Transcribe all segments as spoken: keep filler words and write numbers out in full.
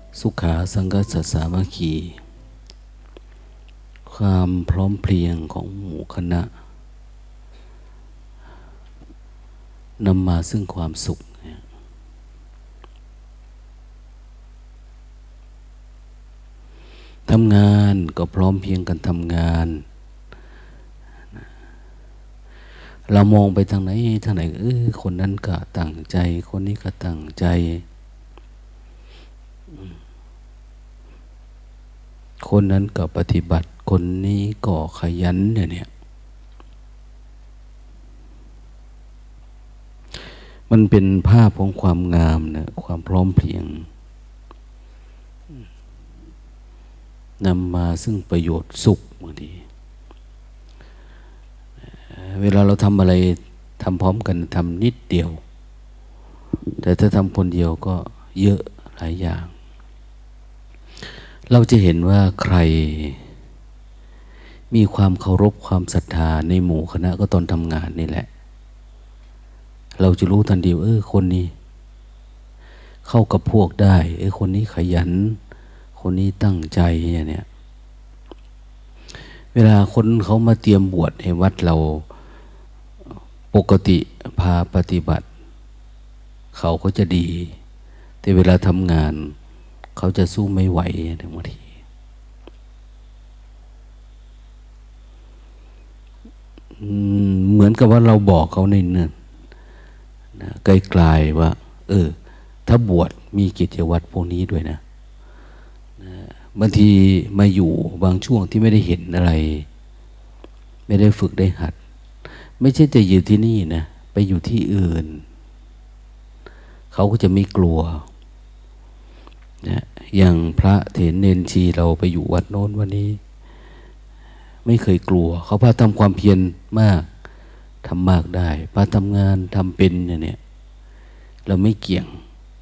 สุขาสังกัสสะสามัคคีความพร้อมเพรียงของหมู่คณะนำมาซึ่งความสุขทำงานก็พร้อมเพรียงกันทำงานเรามองไปทางไหนทางไหนเออคนนั้นก็ตั้งใจคนนี้ก็ตั้งใจคนนั้นก็ปฏิบัติคนนี้ก็ขยันเนี่ยเนี่ยมันเป็นภาพของความงามนะความพร้อมเพรียงนำมาซึ่งประโยชน์สุขบางทีเวลาเราทำอะไรทำพร้อมกันทำนิดเดียวแต่ถ้าทำคนเดียวก็เยอะหลายอย่างเราจะเห็นว่าใครมีความเคารพความศรัทธาในหมู่คณะก็ตอนทำงานนี่แหละเราจะรู้ทันทีเออคนนี้เข้ากับพวกได้เออคนนี้ขยันคนนี้ตั้งใจอย่างเนี้ยเวลาคนเขามาเตรียมบวชให้วัดเราปกติพาปฏิบัติเขาก็จะดีแต่เวลาทำงานเขาจะสู้ไม่ไหวบางทีเหมือนกับว่าเราบอกเขาในเนิ่นนะไกลๆว่าเออถ้าบวชมีกิจวัตรพวกนี้ด้วยนะนะบางทีมาอยู่บางช่วงที่ไม่ได้เห็นอะไรไม่ได้ฝึกได้หัดไม่ใช่จะอยู่ที่นี่นะไปอยู่ที่อื่นเขาก็จะไม่กลัวนะอย่างพระเถรเนนชีเราไปอยู่วัดโน้นวันนี้ไม่เคยกลัวเขาพาทำความเพียรมากทำมากได้พาทำงานทำเป็นเนี่ยเราไม่เกี่ยง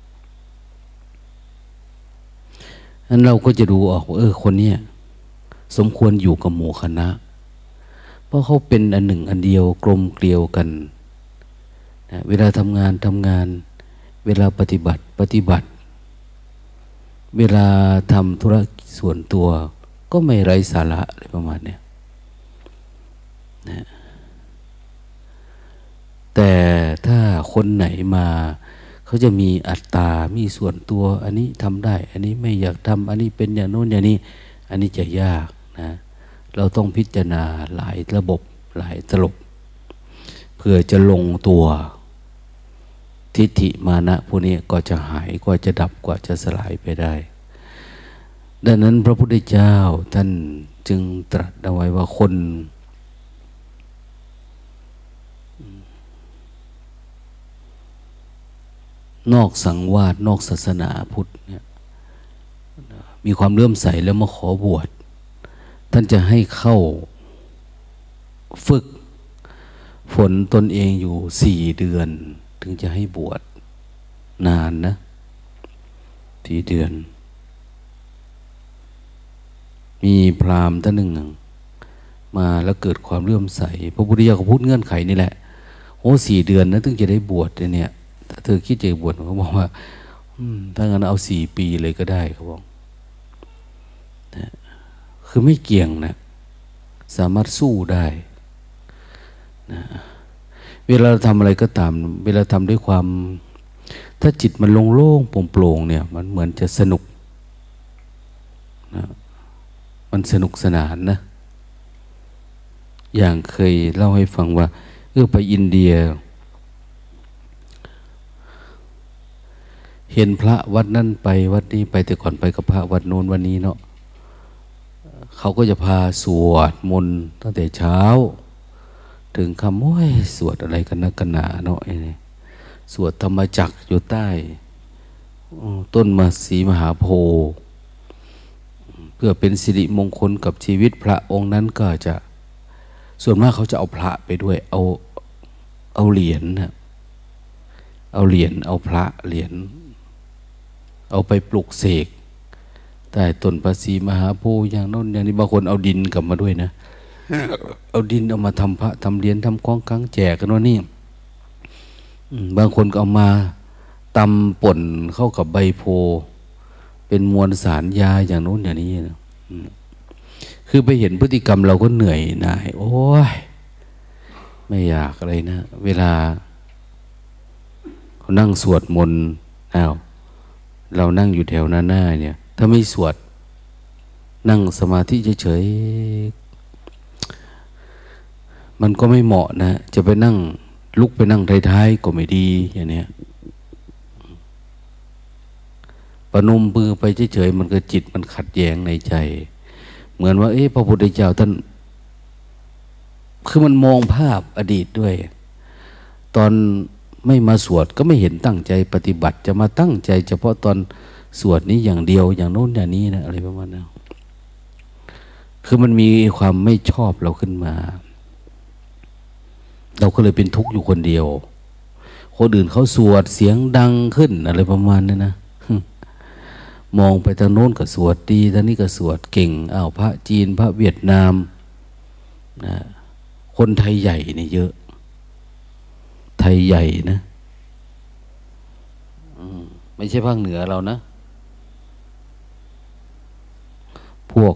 นั้นเราก็จะดูออกว่าเออคนนี้สมควรอยู่กับหมู่คณะเพราะเขาเป็นอันหนึ่งอันเดียวกลมเกลียวกันนะเวลาทำงานทำงานเวลาปฏิบัติปฏิบัติเวลาทำธุระส่วนตัวก็ไม่ไร้สาระอะไรประมาณเนี้ยนะแต่ถ้าคนไหนมาเขาจะมีอัตตามีส่วนตัวอันนี้ทำได้อันนี้ไม่อยากทำอันนี้เป็นอย่างโน้นอย่างนี้อันนี้จะยากนะเราต้องพิจารณาหลายระบบหลายตลบเพื่อจะลงตัวทิฏฐิมานะพวกนี้ก็จะหายกว่าจะดับกว่าจะสลายไปได้ดังนั้นพระพุทธเจ้าท่านจึงตรัสเอาไว้ว่าคนนอกสังวาสนอกศาสนาพุทธเนี่ยมีความเลื่อมใสแล้วมาขอบวชท่านจะให้เข้าฝึกฝนตนเองอยู่สี่เดือนถึงจะให้บวชนานนะสี่เดือนมีพราหมณ์ท่านหนึ่งมาแล้วเกิดความเลื่อมใสพระพุทธเจ้าก็พูดเงื่อนไขนี่แหละโอ้สี่เดือนนะถึงจะได้บวชเนี่ยถ้าเธอคิดจะบวชเขาบอกว่าถ้างั้นเอาสี่ปีเลยก็ได้เขาบอกนะคือไม่เกี่ยงนะสามารถสู้ได้นะเวลาเราทำอะไรก็ตามเวลาทำด้วยความถ้าจิตมันโล่งๆโปร่งๆเนี่ยมันเหมือนจะสนุกนะมันสนุกสนานนะอย่างเคยเล่าให้ฟังว่าเออไปอินเดียเห็นพระวัดนั่นไปวัดนี้ไปแต่ก่อนไปกับพระวัดโน้นวันนี้เนาะเขาก็จะพาสวดมนต์ตั้งแต่เช้าถึงคำโอ้ยสวดอะไรกันนักกันหนาเนาะไอ้นี่สวดธรรมจักรอยู่ใต้ต้นมสีมหาโพธิ์เพื่อเป็นสิริมงคลกับชีวิตพระองค์นั้นก็จะส่วนมากเขาจะเอาพระไปด้วยเอาเอาเหรียญนะเอาเหรียญเอาพระเหรียญเอาไปปลุกเสกใต้ต้นพระศรีมหาโพธิ์อย่างโน้นอย่างนี้บางคนเอาดินกลับมาด้วยนะเอาดินเอามาทำพระทำเหรียญทำของครั้งแจกกันว่านี่บางคนก็เอามาตำป่นเข้ากับใบโพเป็นมวลสารยาอย่างโน้นอย่างนี้นะคือไปเห็นพฤติกรรมเราก็เหนื่อยหน่ายโอ้ยไม่อยากอะไรนะเวลาเขานั่งสวดมนต์อ้าวเรานั่งอยู่แถวหน้าหน้าเนี่ยถ้าไม่สวดนั่งสมาธิเฉยๆมันก็ไม่เหมาะนะจะไปนั่งลุกไปนั่งท้ายๆก็ไม่ดีอย่างเนี้ยประนมมือไปเฉยๆมันก็จิตมันขัดแย้งในใจเหมือนว่าเอ๊ะพระพุทธเจ้าท่านคือมันมองภาพอดีตด้วยตอนไม่มาสวดก็ไม่เห็นตั้งใจปฏิบัติจะมาตั้งใจเฉพาะตอนสวดนี้อย่างเดียวอย่างโน้นอย่างนี้นะอะไรประมาณนั้นคือมันมีความไม่ชอบเราขึ้นมาเราก็เลยเป็นทุกข์อยู่คนเดียวคนอื่นเขาสวดเสียงดังขึ้นอะไรประมาณนี้นะมองไปทางโน้นก็สวดดีทางนี้ก็สวดเก่งอ้าวพระจีนพระเวียดนามนะคนไทยใหญ่นี่เยอะไทยใหญ่นะไม่ใช่ภาคเหนือเรานะพวก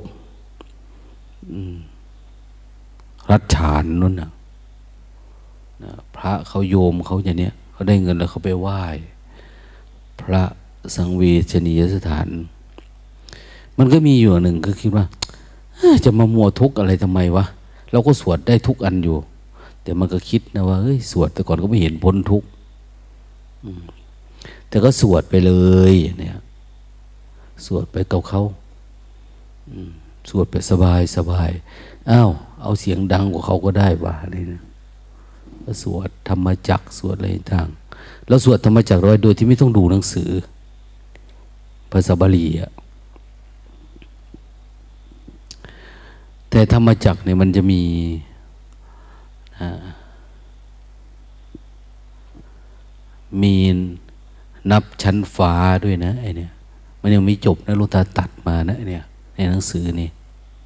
รัฐฉานนั่นนะพระเขาโยมเขาอย่างเนี้ยเขาได้เงินแล้วเขาไปไหว้พระสังเวชนียสถานมันก็มีอยู่หนึ่งก็คิดว่าจะมามัวทุกข์อะไรทำไมวะเราก็สวดได้ทุกอันอยู่แต่มันก็คิดนะว่าเฮ้ยสวดแต่ก่อนก็ไม่เห็นพ้นทุกข์แต่ก็สวดไปเลยเนี่ยสวดไปกับเขาสวดไปสบายสบายอ้าวเอาเสียงดังกว่าเขาก็ได้ว่าอะไรนะก็สวดธรรมจักรสวดอะไรต่างแล้วสวดธรรมจักรร้อยโดยที่ไม่ต้องดูหนังสือภาษาบาลีอะแต่ธรรมจักรเนี่ยมันจะมีมีนับชั้นฟ้าด้วยนะไอเนี่ยมันยังไม่จบนะหลวงตาตัดมานะเนี่ยในหนังสือนี่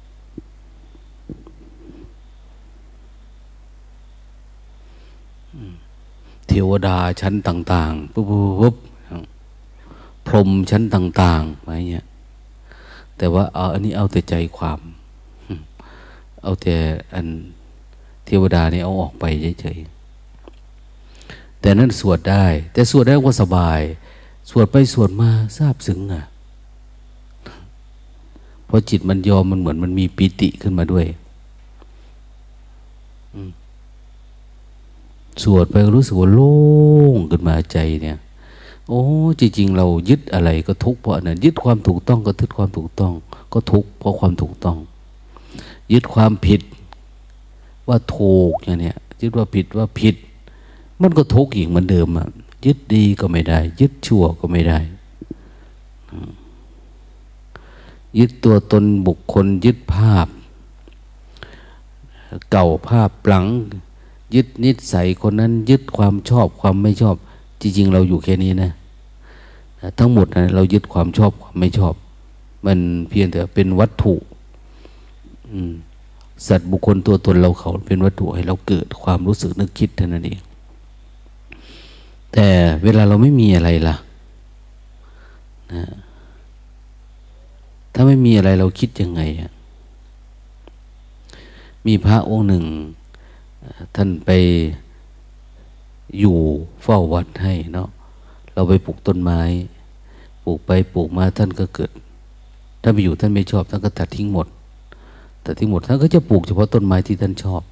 เทวดาชั้นต่างๆปุ๊บปุ๊บพรหมชั้นต่างๆอะไรเงี้ยแต่ว่าเอาอันนี้เอาแต่ใจความเอาแต่อันเทวดานี่เอาออกไปเฉยๆแต่นั้นสวดได้แต่สวดได้ก็สบายสวดไปสวดมาซาบซึ้งอ่ะพอจิตมันยอมมันเหมือนมันมีปิติขึ้นมาด้วยสวดไปรู้สึกว่าโล่งขึ้นมาใจเนี่ยโอ้จริงๆเรายึดอะไรก็ทุกข์เพราะอันนั้นยึดความถูกต้องก็ทึดความถูกต้องก็ทุกข์เพราะความถูกต้องยึดความผิดว่าถูกอย่างเนี้ยยึดว่าผิดว่าผิดมันก็ทุกข์อีกเหมือนเดิมอ่ะยึดดีก็ไม่ได้ยึดชั่วก็ไม่ได้ยึดตัวตนบุคคลยึดภาพเก่าภาพหลังยึดนิสัยคนนั้นยึดความชอบความไม่ชอบจริงๆเราอยู่แค่นี้นะทั้งหมดนะเรายึดความชอบความไม่ชอบมันเพียงแต่เป็นวัตถุสัตว์บุคคลตัวตนเราเขาเป็นวัตถุให้เราเกิดความรู้สึกนึกคิดเท่านั้นเองแต่เวลาเราไม่มีอะไรล่ะนะถ้าไม่มีอะไรเราคิดยังไงอะมีพระองค์หนึ่งท่านไปอยู่เฝ้าวัดให้เนาะเราไปปลูกต้นไม้ปลูกไปปลูกมาท่านก็เกิดถ้าไปอยู่ท่านไม่ชอบท่านก็ตัดทิ้งหมดตัดทิ้งหมดท่านก็จะปลูกเฉพาะต้นไม้ที่ท่านชอบ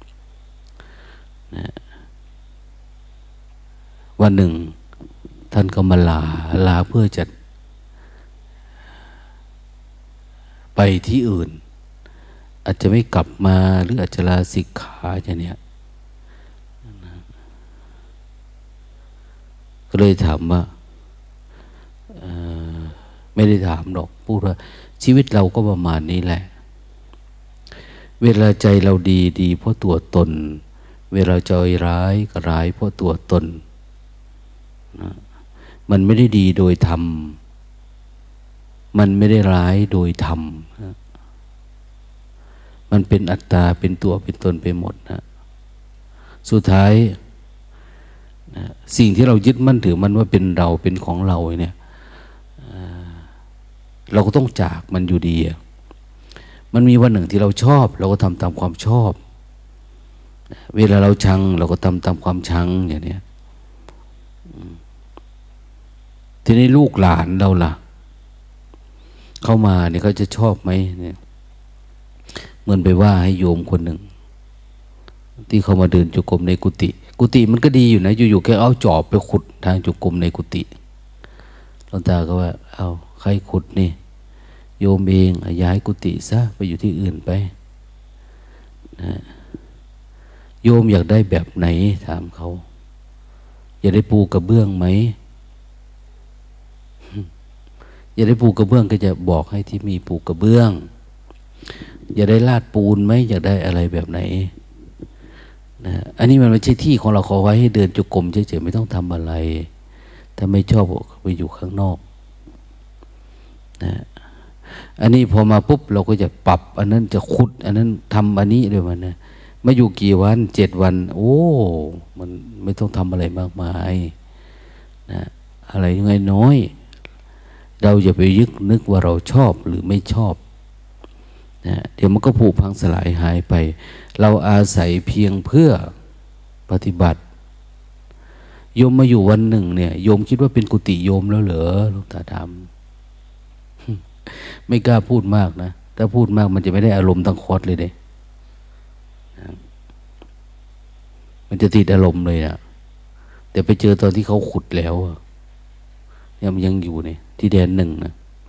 นะวันหนึ่งท่านก็มาลาลาเพื่อจะไปที่อื่นอาจจะไม่กลับมาหรืออาจจะลาสิกขาอย่างเนี้ยก็เลยถามว่าไม่ได้ถามหรอกพูดว่าชีวิตเราก็ประมาณนี้แหละเวลาใจเราดีดีเพราะตัวตนเวลาใจร้ายก็ร้ายเพราะตัวตนนะมันไม่ได้ดีโดยธรรมมันไม่ได้ร้ายโดยธรรมนะมันเป็นอัตตาเป็นตัวเป็นตนไปหมดนะสุดท้ายนะสิ่งที่เรายึดมั่นถือมันว่าเป็นเราเป็นของเราเนี่ยเราก็ต้องจากมันอยู่ดีมันมีวันหนึ่งที่เราชอบเราก็ทำตามความชอบเวลาเราชังเราก็ทำตามความชังอย่างนี้ทีนี้ลูกหลานเราล่ะเข้ามาเนี่ยเขาจะชอบไหมเนี่ยเหมือนไปว่าให้โยมคนหนึ่งที่เขามาเดินจุกรมในกุฏิกุฏิมันก็ดีอยู่นะอยู่ๆแค่เอาจอบไปขุดทางจุกรมในกุฏิหลวงตาก็ว่าเอาใครขุดนี่โยมเองย้ายกุฏิซะไปอยู่ที่อื่นไปนะโยมอยากได้แบบไหนถามเขาอยากได้ปูกระเบื้องไหมอยากได้ปูกระเบื้องก็จะบอกให้ที่มีปูกระเบื้องอยากได้ลาดปูนไหมอยากได้อะไรแบบไหนนะอันนี้มันไม่ใช่ที่ของเราขอไว้ให้เดินจุกรมเฉยๆไม่ต้องทำอะไรถ้าไม่ชอบไปอยู่ข้างนอกนะอันนี้พอมาปุ๊บเราก็จะปรับอันนั้นจะขุดอันนั้นทำอันนี้ด้วยมันนะมาอยู่กี่วันเจ็ดวันโอ้มันไม่ต้องทำอะไรมากมายนะอะไรยังไงน้อยเราอย่าไปยึดนึกว่าเราชอบหรือไม่ชอบนะเดี๋ยวมันก็ผุพังสลายหายไปเราอาศัยเพียงเพื่อปฏิบัติโยมมาอยู่วันหนึ่งเนี่ยโยมคิดว่าเป็นกุฏิโยมแล้วเหรอหลวงตาถามไม่กล้าพูดมากนะถ้าพูดมากมันจะไม่ได้อารมณ์ทั้งคอร์สเลยเด้มันจะติดอารมณ์เลยนะแต่ไปเจอตอนที่เขาขุดแล้วเนี่ยมันยังอยู่เนี่ยที่แดนหนึ่งนะ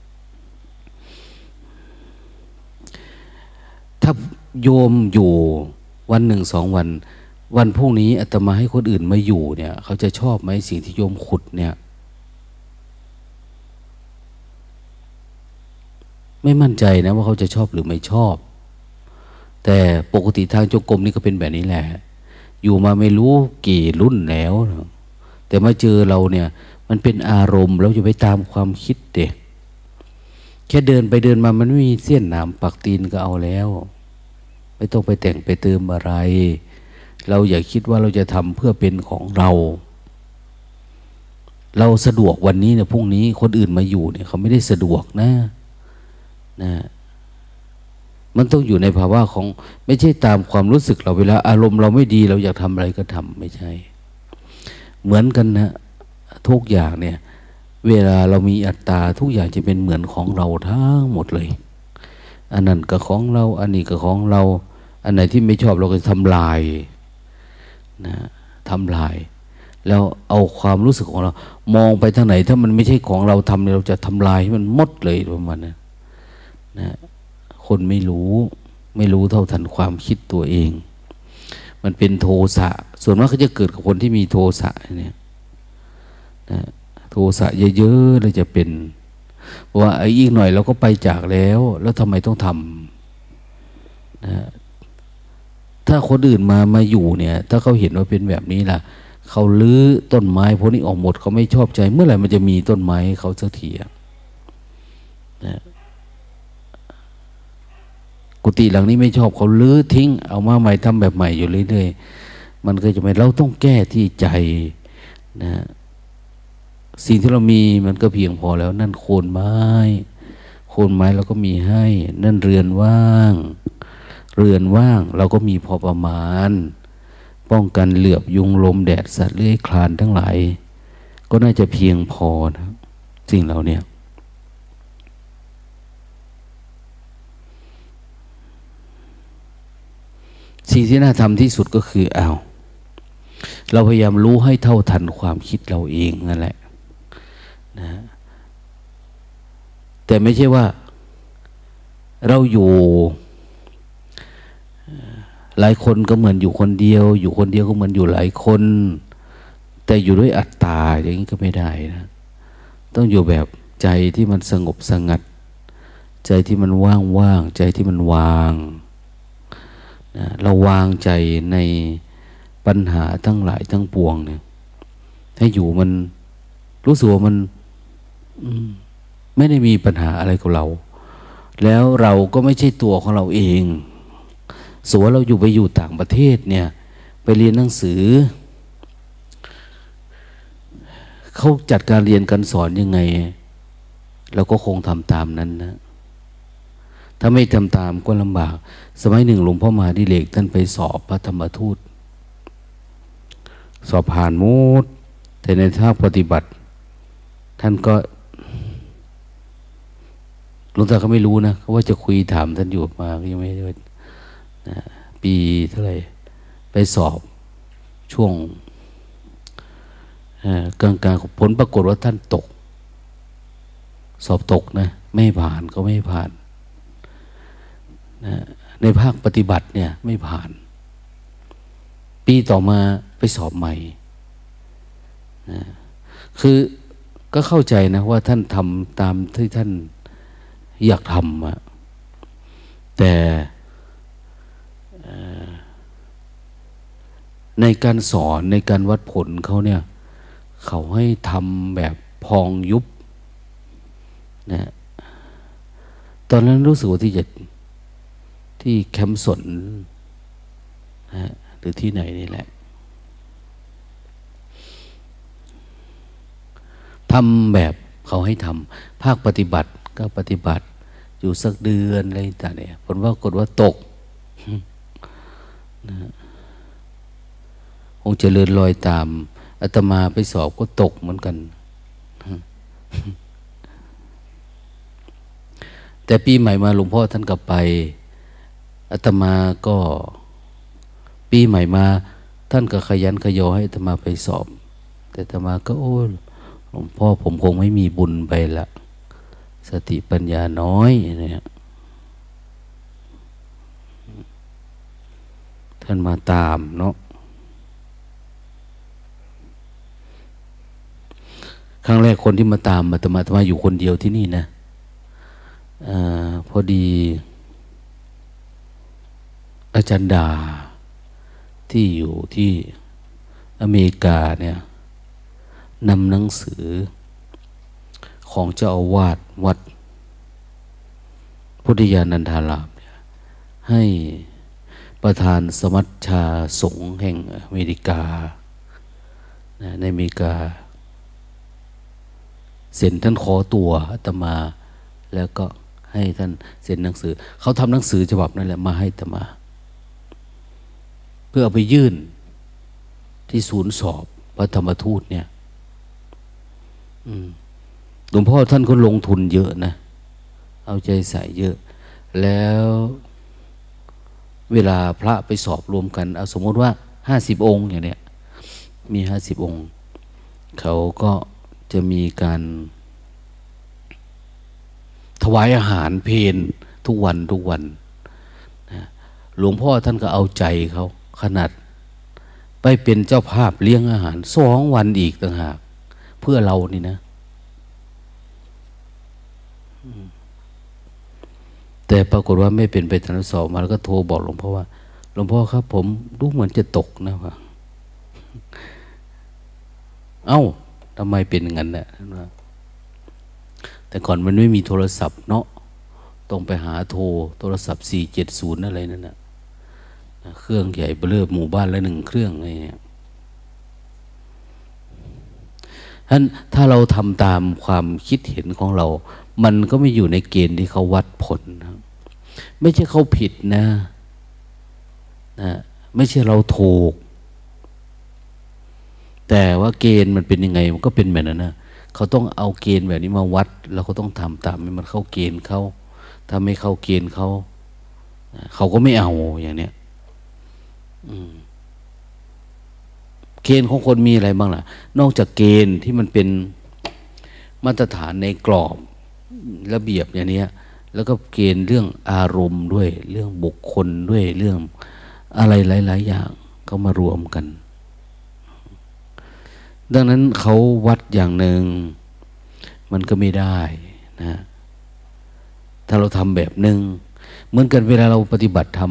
ถ้าโยมอยู่วันหนึ่งสองวันวันพรุ่งนี้อาตมาให้คนอื่นมาอยู่เนี่ยเขาจะชอบไหมสิ่งที่โยมขุดเนี่ยไม่มั่นใจนะว่าเขาจะชอบหรือไม่ชอบแต่ปกติทางจงกรมนี่ก็เป็นแบบนี้แหละอยู่มาไม่รู้กี่รุ่นแล้วแต่มาเจอเราเนี่ยมันเป็นอารมณ์เราจะไปตามความคิดเด็กแค่เดินไปเดินมามันไม่มีเสี้ยนหนามปักตีนก็เอาแล้วไม่ต้องไปแต่งไปเติมอะไรเราอย่าคิดว่าเราจะทำเพื่อเป็นของเราเราสะดวกวันนี้เนี่ยพรุ่งนี้คนอื่นมาอยู่เนี่ยเขาไม่ได้สะดวกนะนะมันต้องอยู่ในภาวะของไม่ใช่ตามความรู้สึกเราเวลาอารมณ์เราไม่ดีเราอยากทำอะไรก็ทำไม่ใช่เหมือนกันนะทุกอย่างเนี่ยเวลาเรามีอัตตาทุกอย่างจะเป็นเหมือนของเราทั้งหมดเลยอันนั้นก็ของเราอันนี้ก็ของเราอันไหนที่ไม่ชอบเราก็ทำลายนะทำลายแล้วเอาความรู้สึกของเรามองไปทางไหนถ้ามันไม่ใช่ของเราทำเราจะทำลายให้มันหมดเลยประมาณนั้นนะคนไม่รู้ไม่รู้เท่าทันความคิดตัวเองมันเป็นโทสะส่วนมากเขาจะเกิดกับคนที่มีโทสะเนี่ยนะโทสะเยอะๆเลยจะเป็นว่าไอ้อีกหน่อยเราก็ไปจากแล้วแล้วทำไมต้องทำนะถ้าคนอื่นมามาอยู่เนี่ยถ้าเขาเห็นว่าเป็นแบบนี้ล่ะเขาลื้อต้นไม้พวกนี้ออกหมดเขาไม่ชอบใจเมื่อไหร่มันจะมีต้นไม้เขาสักทีนะกุฏิหลังนี้ไม่ชอบเขาลื้อทิ้งเอามาใหม่ทำแบบใหม่อยู่เรื่อยๆมันก็จะไม่เราต้องแก้ที่ใจนะสิ่งที่เรามีมันก็เพียงพอแล้วนั่นโคนไม้โคนไม้เราก็มีให้นั่นเรือนว่างเรือนว่างเราก็มีพอประมาณป้องกันเหลือบยุงลมแดดสัตว์เลื้อยคลานทั้งหลายก็น่าจะเพียงพอนะสิ่งเหล่านี้สิ่งที่น่าทำที่สุดก็คือเอาเราพยายามรู้ให้เท่าทันความคิดเราเองนั่นแหละนะแต่ไม่ใช่ว่าเราอยู่หลายคนก็เหมือนอยู่คนเดียวอยู่คนเดียวก็เหมือนอยู่หลายคนแต่อยู่ด้วยอัตตาอย่างนี้ก็ไม่ได้นะต้องอยู่แบบใจที่มันสงบสงัดใจที่มันว่างว่างใจที่มันวางนะเราวางใจในปัญหาทั้งหลายทั้งปวงเนี่ยให้อยู่มันรู้สึกว่ามันไม่ได้มีปัญหาอะไรกับเราแล้วเราก็ไม่ใช่ตัวของเราเองสมมุติเราอยู่ไปอยู่ต่างประเทศเนี่ยไปเรียนหนังสือเขาจัดการเรียนการสอนยังไงเราก็คงทำตามนั้นนะถ้าไม่ทำตามก็ลำบาก สมัยหนึ่งหลวงพ่อมหาดิเรกท่านไปสอบพระธรรมทูตสอบผ่านมูดแต่ในทางปฏิบัติท่านก็หลวงตาเขาไม่รู้นะเขาว่าจะคุยถามท่านอยู่มาก็ยังไม่ได้นะปีเท่าไหร่ไปสอบช่วงกลางกลางผลปรากฏว่าท่านตกสอบตกนะไม่ผ่านก็ไม่ผ่านนะในภาคปฏิบัติเนี่ยไม่ผ่านปีต่อมาไปสอบใหม่นะคือก็เข้าใจนะว่าท่านทำตามที่ท่านอยากทำอะแต่ในการสอนในการวัดผลเขาเนี่ยเขาให้ทำแบบพองยุบนะตอนนั้นรู้สึกว่าที่จะที่แคมป์สนนะหรือที่ไหนนี่แหละทำแบบเขาให้ทำภาคปฏิบัติก็ปฏิบัติอยู่สักเดือนอะไรต่างเนี่ยผลว่ากฏว่าตกนะคงเจริญรอยตามอาตมาไปสอบก็ตกเหมือนกันแต่ปีใหม่มาหลวงพ่อท่านกลับไปอาตมาก็ปีใหม่มาท่านก็ขยันขยอให้อาตมาไปสอบแต่อาตมาก็โอ้หลวงพ่อผมคงไม่มีบุญไปละสติปัญญาน้อยเนี่ยท่านมาตามเนาะครั้งแรกคนที่มาตามอาตมาอาตมาอยู่คนเดียวที่นี่นะอ่าพอดีอาจารย์ดาที่อยู่ที่อเมริกาเนี่ยนำหนังสือของเจ้าอาวาสวัดพุทธญาณันทารามเนี่ยให้ประธานสมัชชาสงฆ์แห่งอเมริกาในอเมริกาเซ็นท่านขอตัวอาตมาแล้วก็ให้ท่านเซ็นหนังสือเขาทำหนังสือฉบับนั่นแหละมาให้อาตมาเพื่อเอาไปยื่นที่ศูนย์สอบพระธรรมทูตเนี่ยหลวงพ่อท่านก็ลงทุนเยอะนะเอาใจใส่เยอะแล้วเวลาพระไปสอบรวมกันเอาสมมติว่าห้าสิบองค์อย่างเนี้ยมีห้าสิบองค์เขาก็จะมีการถวายอาหารเพลทุกวันทุกวันนะหลวงพ่อท่านก็เอาใจเขาขนาดไปเป็นเจ้าภาพเลี้ยงอาหารสองวันอีกต่างหากเพื่อเรานี่นะแต่ปรากฏว่าไม่เป็นไปตามสอบมาแล้วก็โทรบอกหลวงพ่อว่าหลวงพ่อครับผมรู้เหมือนจะตกนะว่าเอ้าทำไมเป็นอย่างนั้นเนี่ยแต่ก่อนมันไม่มีโทรศัพท์เนาะต้องไปหาโทรโทรศัพท์สี่เจ็ดศูนย์อะไรนั่นนะเครื่องใหญ่เบ้อเร่อหมู่บ้านละหนึ่งเครื่องอะไรเนี่ยฉะนั้นถ้าเราทำตามความคิดเห็นของเรามันก็ไม่อยู่ในเกณฑ์ที่เขาวัดผลนะไม่ใช่เขาผิดนะนะไม่ใช่เราถูกแต่ว่าเกณฑ์มันเป็นยังไงมันก็เป็นแบบนั้นนะเขาต้องเอาเกณฑ์แบบนี้มาวัดแล้วเขาต้องทำตามให้มันเข้าเกณฑ์เขาถ้าไม่เข้าเกณฑ์เขาเขาก็ไม่เอาอย่างเนี้ยเกณฑ์ของคนมีอะไรบ้างล่ะนอกจากเกณฑ์ที่มันเป็นมาตรฐานในกรอบระเบียบอย่างนี้แล้วก็เกณฑ์เรื่องอารมณ์ด้วยเรื่องบุคคลด้วยเรื่องอะไรหลายๆอย่างเขามารวมกันดังนั้นเขาวัดอย่างหนึ่งมันก็ไม่ได้นะถ้าเราทำแบบหนึ่งเหมือนกันเวลาเราปฏิบัติธรรม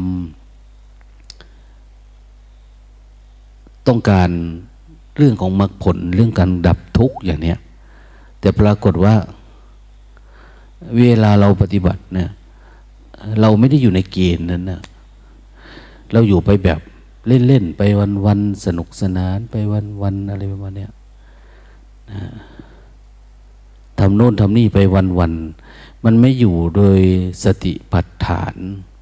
ต้องการเรื่องของมรรคผลเรื่องการดับทุกข์อย่างเนี้ยแต่ปรากฏว่าเวลาเราปฏิบัติเนี่ยเราไม่ได้อยู่ในเกณฑ์นั้นนะเราอยู่ไปแบบเล่นๆไปวันๆสนุกสนานไปวันๆอะไรประมาณเนี้ยนะทำโน่นทำนี่ไปวันๆมันไม่อยู่โดยสติปัฏฐาน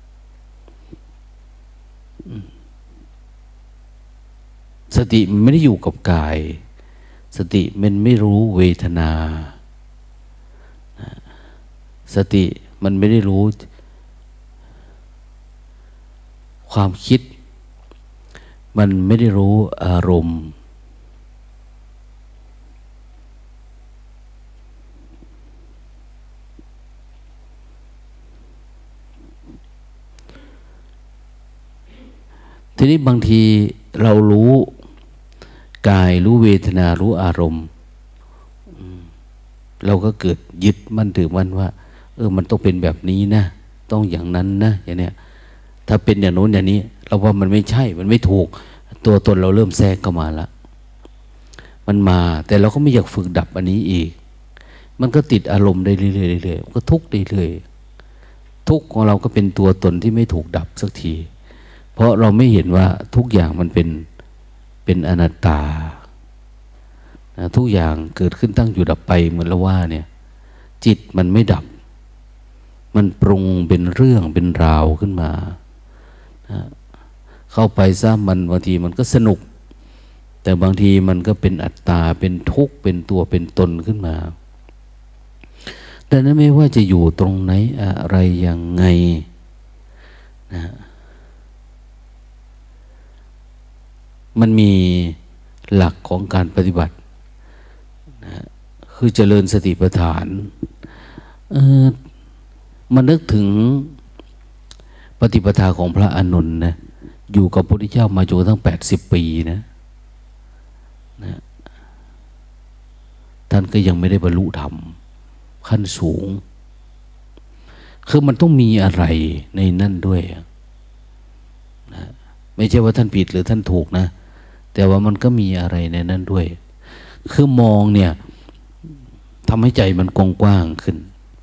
สติมันไม่ได้อยู่กับกายสติมันไม่รู้เวทนาสติมันไม่ได้รู้ความคิดมันไม่ได้รู้อารมณ์ทีนี้บางทีเรารู้กายรู้เวทนารู้อารมณ์เราก็เกิดยึดมั่นถือมั่นว่าเออมันต้องเป็นแบบนี้นะต้องอย่างนั้นนะอย่างเนี้ยถ้าเป็นอย่างโน้นอย่างนี้เราว่ามันไม่ใช่มันไม่ถูกตัวตนเราเริ่มแทรกเข้ามาละมันมาแต่เราก็ไม่อยากฝึกดับอันนี้อีกมันก็ติดอารมณ์ได้เรื่อยๆเรื่อยๆก็ทุกข์เรื่อยๆทุกข์ของเราก็เป็นตัวตนที่ไม่ถูกดับสักทีเพราะเราไม่เห็นว่าทุกอย่างมันเป็นเป็นอนัตตานะทุกอย่างเกิดขึ้นตั้งอยู่ดับไปเหมือนเราว่าเนี่ยจิตมันไม่ดับมันปรุงเป็นเรื่องเป็นราวขึ้นมานะเข้าไปซะมันบางทีมันก็สนุกแต่บางทีมันก็เป็นอัตตาเป็นทุกข์เป็นตัวเป็นตนขึ้นมาดังนั้นไม่ว่าจะอยู่ตรงไหนอะไรยังไงนะมันมีหลักของการปฏิบัตินะคือเจริญสติปัฏฐานเออมันนึกถึงปฏิปทาของพระอานนท์นะอยู่กับพระพุทธเจ้ามาจนกระทั่งแปดสิบปีนะนะท่านก็ยังไม่ได้บรรลุธรรมขั้นสูงคือมันต้องมีอะไรในนั่นด้วยนะไม่ใช่ว่าท่านผิดหรือท่านถูกนะแต่ว่ามันก็มีอะไรในนั้นด้วยคือมองเนี่ยทำให้ใจมันกว้างขึ้น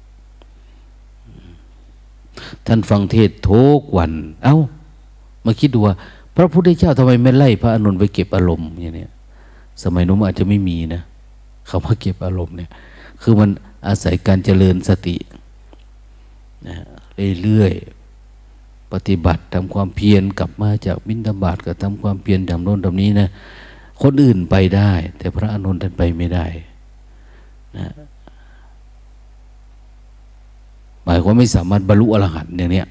ท่านฟังเทศทุกวันเอ้ามาคิดดูว่าพระพุทธเจ้าทำไมไม่ไล่พระอานนท์ไปเก็บอารมณ์อย่างนี้สมัยนู้นอาจจะไม่มีนะคำว่าเก็บอารมณ์เนี่ยคือมันอาศัยการเจริญสตินะเรื่อยๆปฏิบัติทำความเพียรกลับมาจากบิณฑบาตก็ทำความเพียรทำโน่นทำนี้นะคนอื่นไปได้แต่พระอานนท์ท่านไปไม่ได้นะหมายความไม่สามารถบรรลุอรหันต์อย่างเนี้ย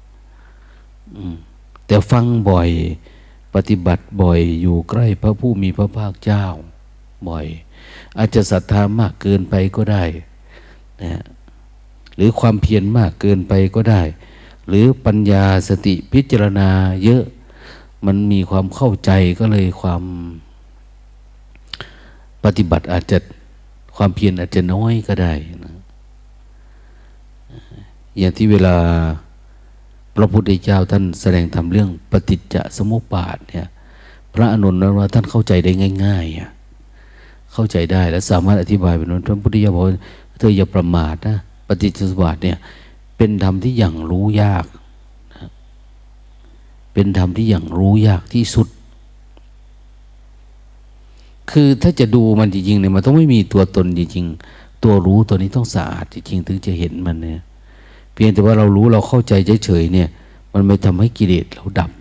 แต่ฟังบ่อยปฏิบัติบ่อยอยู่ใกล้พระผู้มีพระภาคเจ้าบ่อยอาจจะศรัทธามากเกินไปก็ได้นะหรือความเพียรมากเกินไปก็ได้หรือปัญญาสติพิจารณาเยอะมันมีความเข้าใจก็เลยความปฏิบัติอาจจะความเพียรอาจจะน้อยก็ได้นะอย่างที่เวลาพระพุทธเจ้าท่านแสดงธรรมเรื่องปฏิจจสมุปบาทเนี่ยพระอานนท์นั้นว่าท่านเข้าใจได้ง่ายๆเข้าใจได้และสามารถอธิบายเป็นนั้นพระพุทธเจ้าบอกเธออย่าประมาทนะปฏิจจสมุปบาทเนี่ยเป็นธรรมที่อย่างรู้ยากนะเป็นธรรมที่อย่างรู้ยากที่สุดคือถ้าจะดูมันจริงๆเนี่ยมันต้องไม่มีตัวตนจริงๆตัวรู้ตัวนี้ต้องสะอาดจริงๆถึงจะเห็นมันเนี่ยเพียงแต่ว่าเรารู้เราเข้าใจเฉยๆเนี่ยมันไม่ทำให้กิเลสเราดับ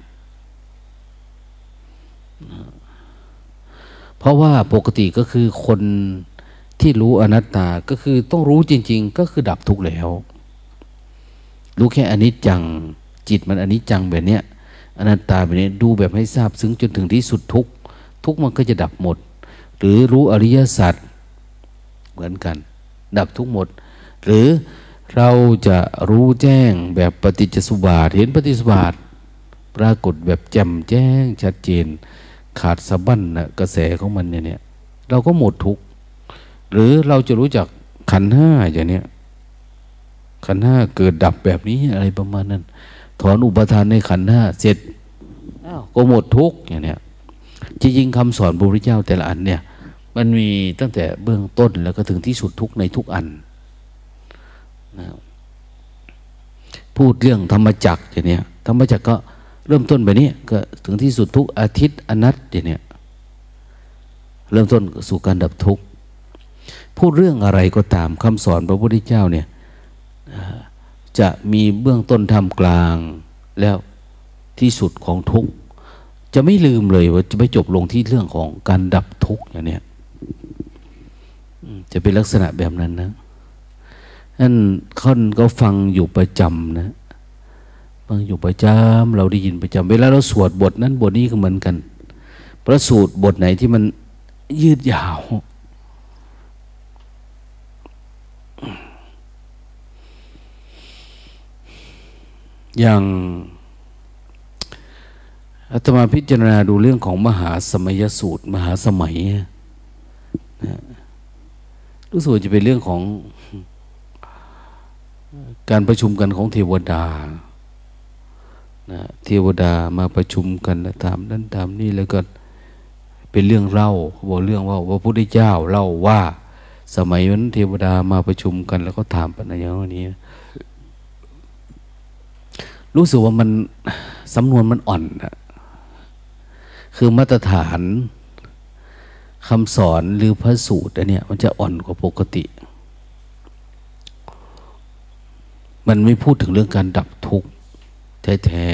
เพราะว่าปกติก็คือคนที่รู้อนัตตาก็คือต้องรู้จริงๆก็คือดับทุกข์แล้วรู้แค่อนิจจังจิตมันอนิจจังแบบเนี้ยอนัตตาแบบนี้ดูแบบให้ทราบซึ้งจนถึงที่สุดทุกข์ทุกข์มันก็จะดับหมดหรือรู้อริยสัจเหมือนกันดับทุกหมดหรือเราจะรู้แจ้งแบบปฏิจจสมุปบาทเห็นปฏิจจสมุปบาทปรากฏแบบแจ่มแจ้งชัดเจนขาดสะบั้นนะกระแสของมันเนี่ยเนี่ยเราก็หมดทุกข์หรือเราจะรู้จักขันธ์ห้าอย่างเนี้ยขันธ์ห้าเกิดดับแบบนี้อะไรประมาณนั้นถอนอุปทานในขันธ์ห้าเสร็จอ้าวก็หมดทุกข์อย่างเนี้ยจริงๆคำสอนพระพุทธเจ้าแต่ละอันเนี่ยมันมีตั้งแต่เบื้องต้นแล้วก็ถึงที่สุดทุกข์ในทุกอันนะพูดเรื่องธรรมจักรอย่างเนี้ยธรรมจักรก็เริ่มต้นแบบนี้ก็ถึงที่สุดทุกอาทิตย์อนัตต์อย่างเนี้ยเริ่มต้นสู่การดับทุกข์พูดเรื่องอะไรก็ตามคำสอนพระพุทธเจ้าเนี่ยจะมีเบื้องต้นท่ามกลางแล้วที่สุดของทุกข์จะไม่ลืมเลยว่าจะไม่จบลงที่เรื่องของการดับทุกข์อย่างเนี้ยจะเป็นลักษณะแบบนั้นนะนั่นคนก็ฟังอยู่ประจำนะฟังอยู่ประจำเราได้ยินประจำเวลาเราสวดบทนั้นบทนี้ก็เหมือนกันพระสูตรบทไหนที่มันยืดยาวอย่างอาตมาพิจารณาดูเรื่องของมหาสมัยสูตรมหาสมัยนะรู้สึกจะเป็นเรื่องของการประชุมกันของเทวดานะเทวดามาประชุมกันนะตามนั้นตามนี่แล้วก็เป็นเรื่องเล่าเขาบอกเรื่องว่าพระพุทธเจ้าเล่าว่าสมัยนั้นเทวดามาประชุมกันแล้วก็ถามปัญญาอย่างนี้รู้สึกว่ามันสำนวนมันอ่อนนะคือมาตรฐานคำสอนหรือพระสูตรอันเนี้ยมันจะอ่อนกว่าปกติมันไม่พูดถึงเรื่องการดับทุกข์แท้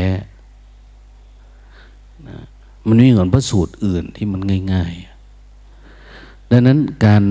ๆนะมันไม่เหมือนพระสูตรอื่นที่มันง่ายๆดังนั้นการ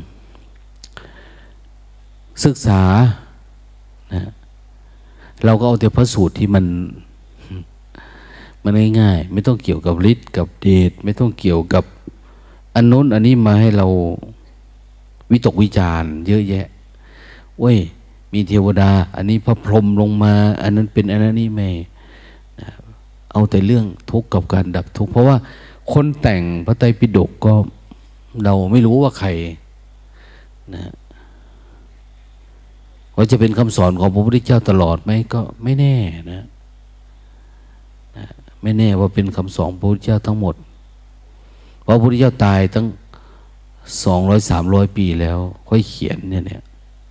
ศึกษานะเราก็เอาแต่พระสูตรที่มันมันง่ายๆไม่ต้องเกี่ยวกับฤทธิ์กับเดชไม่ต้องเกี่ยวกับอันนู้นอันนี้มาให้เราวิตกวิจารณ์เยอะแยะเว้ยมีเทวดาอันนี้พระพรหมลงมาอันนั้นเป็นอันนั้นนี่ไม่เอาแต่เรื่องทุกข์กับการดับทุกข์เพราะว่าคนแต่งพระไตรปิฎกก็เราไม่รู้ว่าใครนะว่าจะเป็นคำสอนของพระพุทธเจ้าตลอดไหมก็ไม่แน่นะนะไม่แน่ว่าเป็นคำสอนพระพุทธเจ้าทั้งหมดเพราะพระพุทธเจ้าตายตั้งสองร้อยสามร้อยปีแล้วค่อยเขียนเนี่ยเนี่ย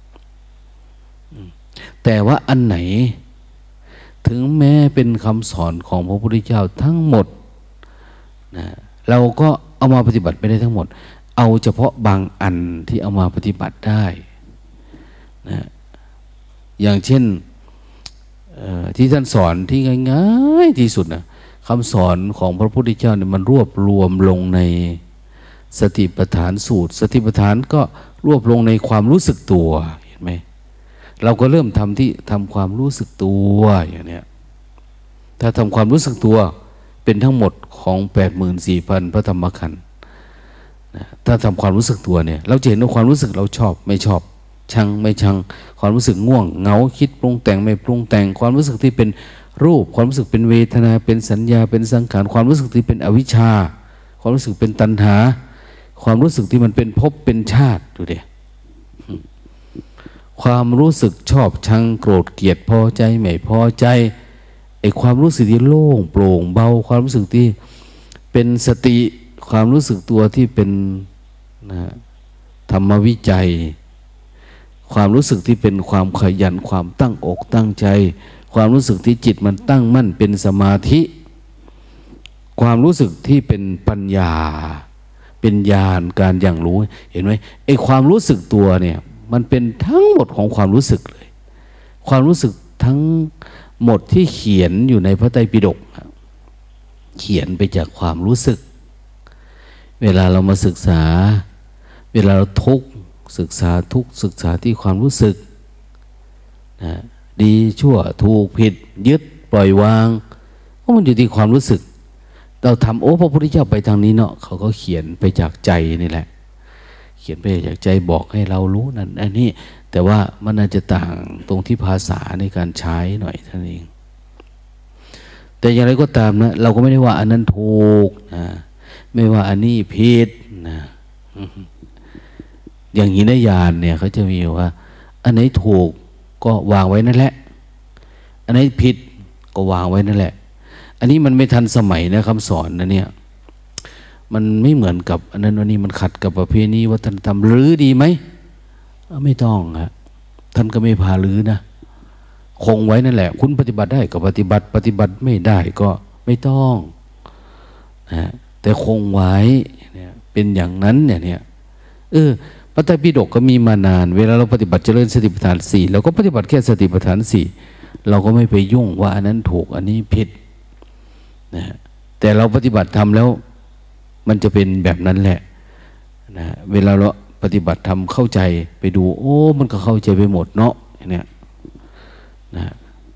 แต่ว่าอันไหนถึงแม้เป็นคำสอนของพระพุทธเจ้าทั้งหมดนะเราก็เอามาปฏิบัติไม่ได้ทั้งหมดเอาเฉพาะบางอันที่เอามาปฏิบัติได้นะอย่างเช่นที่ท่านสอนที่ง่ายๆที่สุดนะคำสอนของพระพุทธเจ้าเนี่ยมันรวบรวมลงในสติปัฏฐานสูตรสติปัฏฐานก็รวบลงในความรู้สึกตัวเห็นไหมเราก็เริ่มทำที่ทำความรู้สึกตัวอย่างเนี้ยถ้าทำความรู้สึกตัวเป็นทั้งหมดของแปดหมื่นสี่พันพระธรรมขันธ์นะถ้าทำความรู้สึกตัวเนี่ยเราจะเห็นว่าความรู้สึกเราชอบไม่ชอบชังไม่ชังความรู้สึกง่วงเหงาคิดปรุงแต่งไม่ปรุงแต่งความรู้สึกที่เป็นรูปความรู้สึกเป็นเวทนาเป็นสัญญาเป็นสังขารความรู้สึกที่เป็นอวิชชาความรู้สึกเป็นตัณหาความรู้สึกที่มันเป็นภพเป็นชาติดูดิความรู้สึกชอบชังโกรธเกลียดพอใจไม่พอใจไอ้ความรู้สึกที่โล่งโปร่งเบาความรู้สึกที่เป็นสติความรู้สึกตัวที่เป็นนะธรรมวิจัยความรู้สึกที่เป็นความขยันความตั้งอกตั้งใจความรู้สึกที่จิตมันตั้งมั่นเป็นสมาธิความรู้สึกที่เป็นปัญญาเป็นญาณการอย่างรู้เห็นไหมไอ้ความรู้สึกตัวเนี่ยมันเป็นทั้งหมดของความรู้สึกเลยความรู้สึกทั้งหมดที่เขียนอยู่ในพระไตรปิฎกเขียนไปจากความรู้สึกเวลาเรามาศึกษาเวลาเราทุกข์ศึกษาทุกข์ศึกษาที่ความรู้สึกนะดีชั่วถูกผิดยึดปล่อยวางเพราะมันอยู่ที่ความรู้สึกเราทำโอ้พระพุทธเจ้าไปทางนี้เนาะเขาก็เขียนไปจากใจนี่แหละเขียนไปจากใจบอกให้เรารู้นั่นอันนี้แต่ว่ามันอาจจะต่างตรงที่ภาษาในการใช้หน่อยเท่านั้นเองแต่อย่างไรก็ตามนะเราก็ไม่ได้ว่าอันนั้นถูกนะไม่ว่าอันนี้ผิดนะอย่างหินญาณเนี่ยเขาจะมีว่าอันไหนถูกก็วางไว้นั่นแหละอันไหนผิดก็วางไว้นั่นแหละอันนี้มันไม่ทันสมัยนะคำสอนนะเนี่ยมันไม่เหมือนกับอันนั้นวันนี้มันขัดกับประเพณีวัฒนธรรมหรือดีไหมไม่ต้องครับท่านก็ไม่พาลือนะคงไว้นั่นแหละคุณปฏิบัติได้ก็ปฏิบัติปฏิบัติไม่ได้ก็ไม่ต้องนะแต่คงไว้เนี่ยเป็นอย่างนั้นเนี่ยเนี่ยเออพระไตรปิฎกก็มีมานานเวลาเราปฏิบัติเจริญสติปัฏฐานสี่เราก็ปฏิบัติแค่สติปัฏฐานสี่เราก็ไม่ไปยุ่งว่าอันนั้นถูกอันนี้ผิดนะแต่เราปฏิบัติทำแล้วมันจะเป็นแบบนั้นแหละนะเวลาเราปฏิบัติทำเข้าใจไปดูโอ้มันก็เข้าใจไปหมดเนาะเนี่ยนะ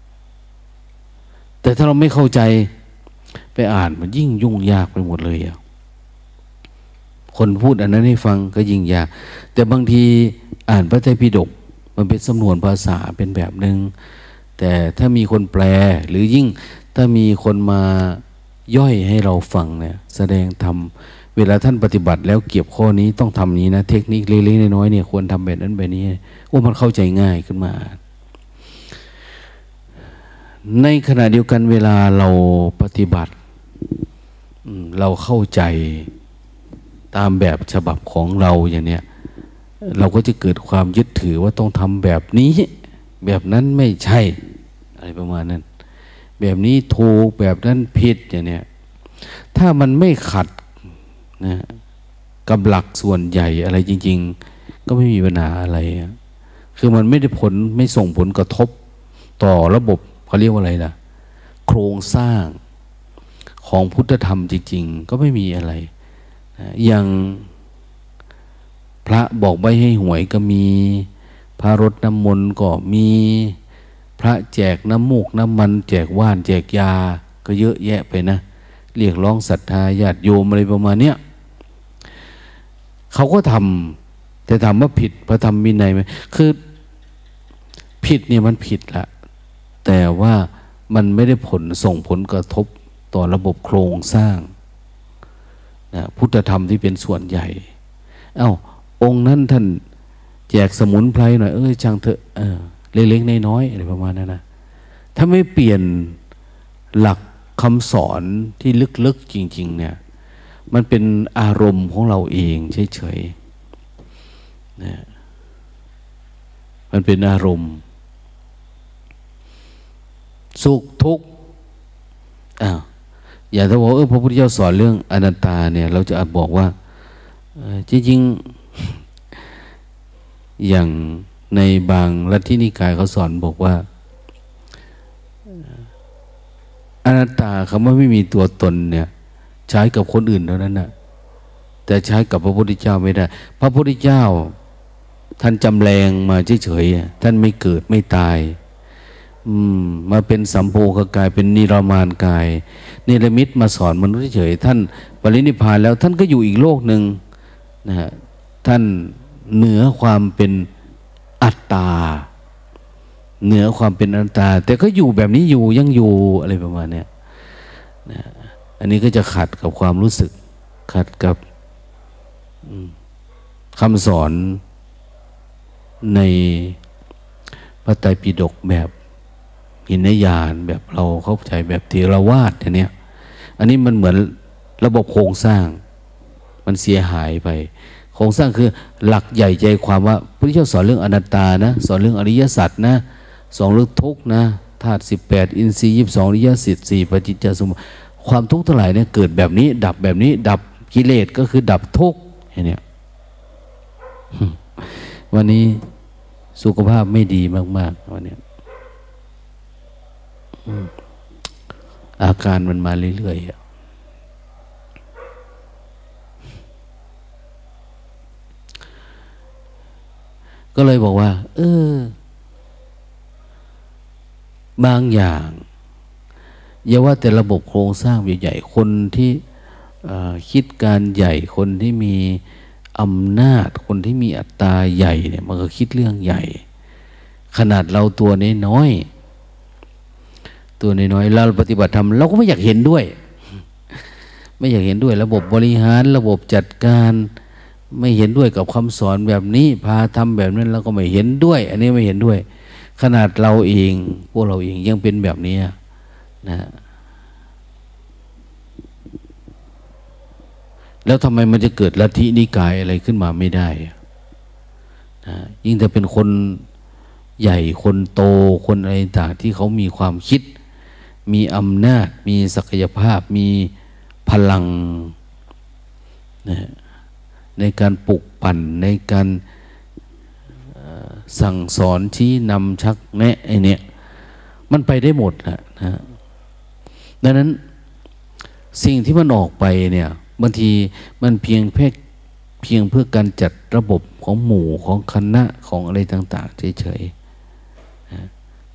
แต่ถ้าเราไม่เข้าใจไปอ่านมันยิ่งยุ่งยากไปหมดเลยอะคนพูดอันนั้นให้ฟังก็ยิ่งยากแต่บางทีอ่านพระไตรปิฎกมันเป็นสำนวนภาษาเป็นแบบหนึ่งแต่ถ้ามีคนแปลหรือยิ่งถ้ามีคนมาย่อยให้เราฟังเนี่ยแสดงธรรมเวลาท่านปฏิบัติแล้วเก็บข้อนี้ต้องทำนี้นะเทคนิคเล็กๆน้อยๆเนี่ยควรทำแบบนั้นแบบนี้โอ้มันเข้าใจง่ายขึ้นมาในขณะเดียวกันเวลาเราปฏิบัติเราเข้าใจตามแบบฉบับของเราอย่างเนี้ยเราก็จะเกิดความยึดถือว่าต้องทำแบบนี้แบบนั้นไม่ใช่อะไรประมาณนั้นแบบนี้ถูกแบบนั้นผิดอย่างเนี้ยถ้ามันไม่ขัดนะกับหลักส่วนใหญ่อะไรจริงๆก็ไม่มีปัญหาอะไรคือมันไม่ได้ผลไม่ส่งผลกระทบต่อระบบเขาเรียกว่าอะไรล่ะโครงสร้างของพุทธธรรมจริงๆก็ไม่มีอะไรอย่างพระบอกใบให้หวยก็มีพระรดน้ำมนต์ก็มีพระแจกน้ำมูกน้ำมันแจกว่านแจกยาก็เยอะแยะไปนะเรียกร้องศรัทธาญาติโยมอะไรประมาณเนี้ยเขาก็ทำแต่ถามว่าผิดพระธรรมวินัยไหมคือผิดเนี่ยมันผิดละแต่ว่ามันไม่ได้ผลส่งผลกระทบต่อระบบโครงสร้างนะพุทธธรรมที่เป็นส่วนใหญ่เอ้าองค์นั้นท่านแจกสมุนไพรหน่อยเอ้ยช่างเถอะเออเล็กๆน้อยๆอะไรประมาณนั้นนะถ้าไม่เปลี่ยนหลักคำสอนที่ลึกๆจริงๆเนี่ยมันเป็นอารมณ์ของเราเองเฉยๆนะมันเป็นอารมณ์สุขทุกข์อ้าวอย่าถ้าบอกเออพระพุทธเจ้าสอนเรื่องอนัตตาเนี่ยเราจะอาจบอกว่าจริงๆอย่างในบางลัทธินิกายเขาสอนบอกว่าอนัตตาคำว่าไม่มีตัวตนเนี่ยใช้กับคนอื่นเท่านั้นนะแต่ใช้กับพระพุทธเจ้าไม่ได้พระพุทธเจ้าท่านจำแรงมาเฉยๆท่านไม่เกิดไม่ตายอืมมาเป็นสัมโพคกายเป็นนิรมานกายเนรมิตมาสอนมนุษย์เฉยท่านปรินิพพานแล้วท่านก็อยู่อีกโลกหนึ่งนะฮะท่านเหนือความเป็นอัตตาเหนือความเป็นอนัตตาแต่ก็อยู่แบบนี้อยู่ยังอยู่อะไรประมาณเนี้ยนะอันนี้ก็จะขัดกับความรู้สึกขัดกับคำสอนในพระไตรปิฎกแบบหินยานแบบเราเข้าใจแบบเทรวาทเนี้ยอันนี้มันเหมือนระบบโครงสร้างมันเสียหายไปโครงสร้างคือหลักใหญ่ใจความว่าพระพุทธเจ้าสอนเรื่องอนัตตานะสอนเรื่องอริยสัจนะสอนเรื่องทุกข์นะธาตุสิบแปดอินทรีย์ยี่สิบสองอริยสัจสี่ปฏิจจสมุปบาทความทุกข์ทั้งหลายเนี่ยเกิดแบบนี้ดับแบบนี้ดับกิเลสก็คือดับทุกข์อย่างเนี้ยวันนี้สุขภาพไม่ดีมากๆวันนี้อาการมันมาเรื่อยๆก็เลยบอกว่าเออบางอย่างอย่าว่าแต่ระบบโครงสร้างใหญ่ๆคนที่คิดการใหญ่คนที่มีอำนาจคนที่มีอัตตาใหญ่เนี่ยมันก็คิดเรื่องใหญ่ขนาดเราตัวน้อยๆตัวน้อยๆเราปฏิบัติธรรมเราก็ไม่อยากเห็นด้วยไม่อยากเห็นด้วยระบบบริหารระบบจัดการไม่เห็นด้วยกับคำสอนแบบนี้พาทำแบบนั้นเราก็ไม่เห็นด้วยอันนี้ไม่เห็นด้วยขนาดเราเองพวกเราเองยังเป็นแบบนี้นะแล้วทำไมมันจะเกิดลัทธินิกายอะไรขึ้นมาไม่ได้นะยิ่งถ้าเป็นคนใหญ่คนโตคนอะไรต่างที่เขามีความคิดมีอำนาจมีศักยภาพมีพลังนะในการปลุกปั่นในการสั่งสอนชี้นำชักแนะไอเนี่ยมันไปได้หมดนะนะดังนั้นสิ่งที่มันออกไปเนี่ยบางทีมันเพียงแค่เพียงเพื่อการจัดระบบของหมู่ของคณะของอะไรต่างๆเฉยๆนะ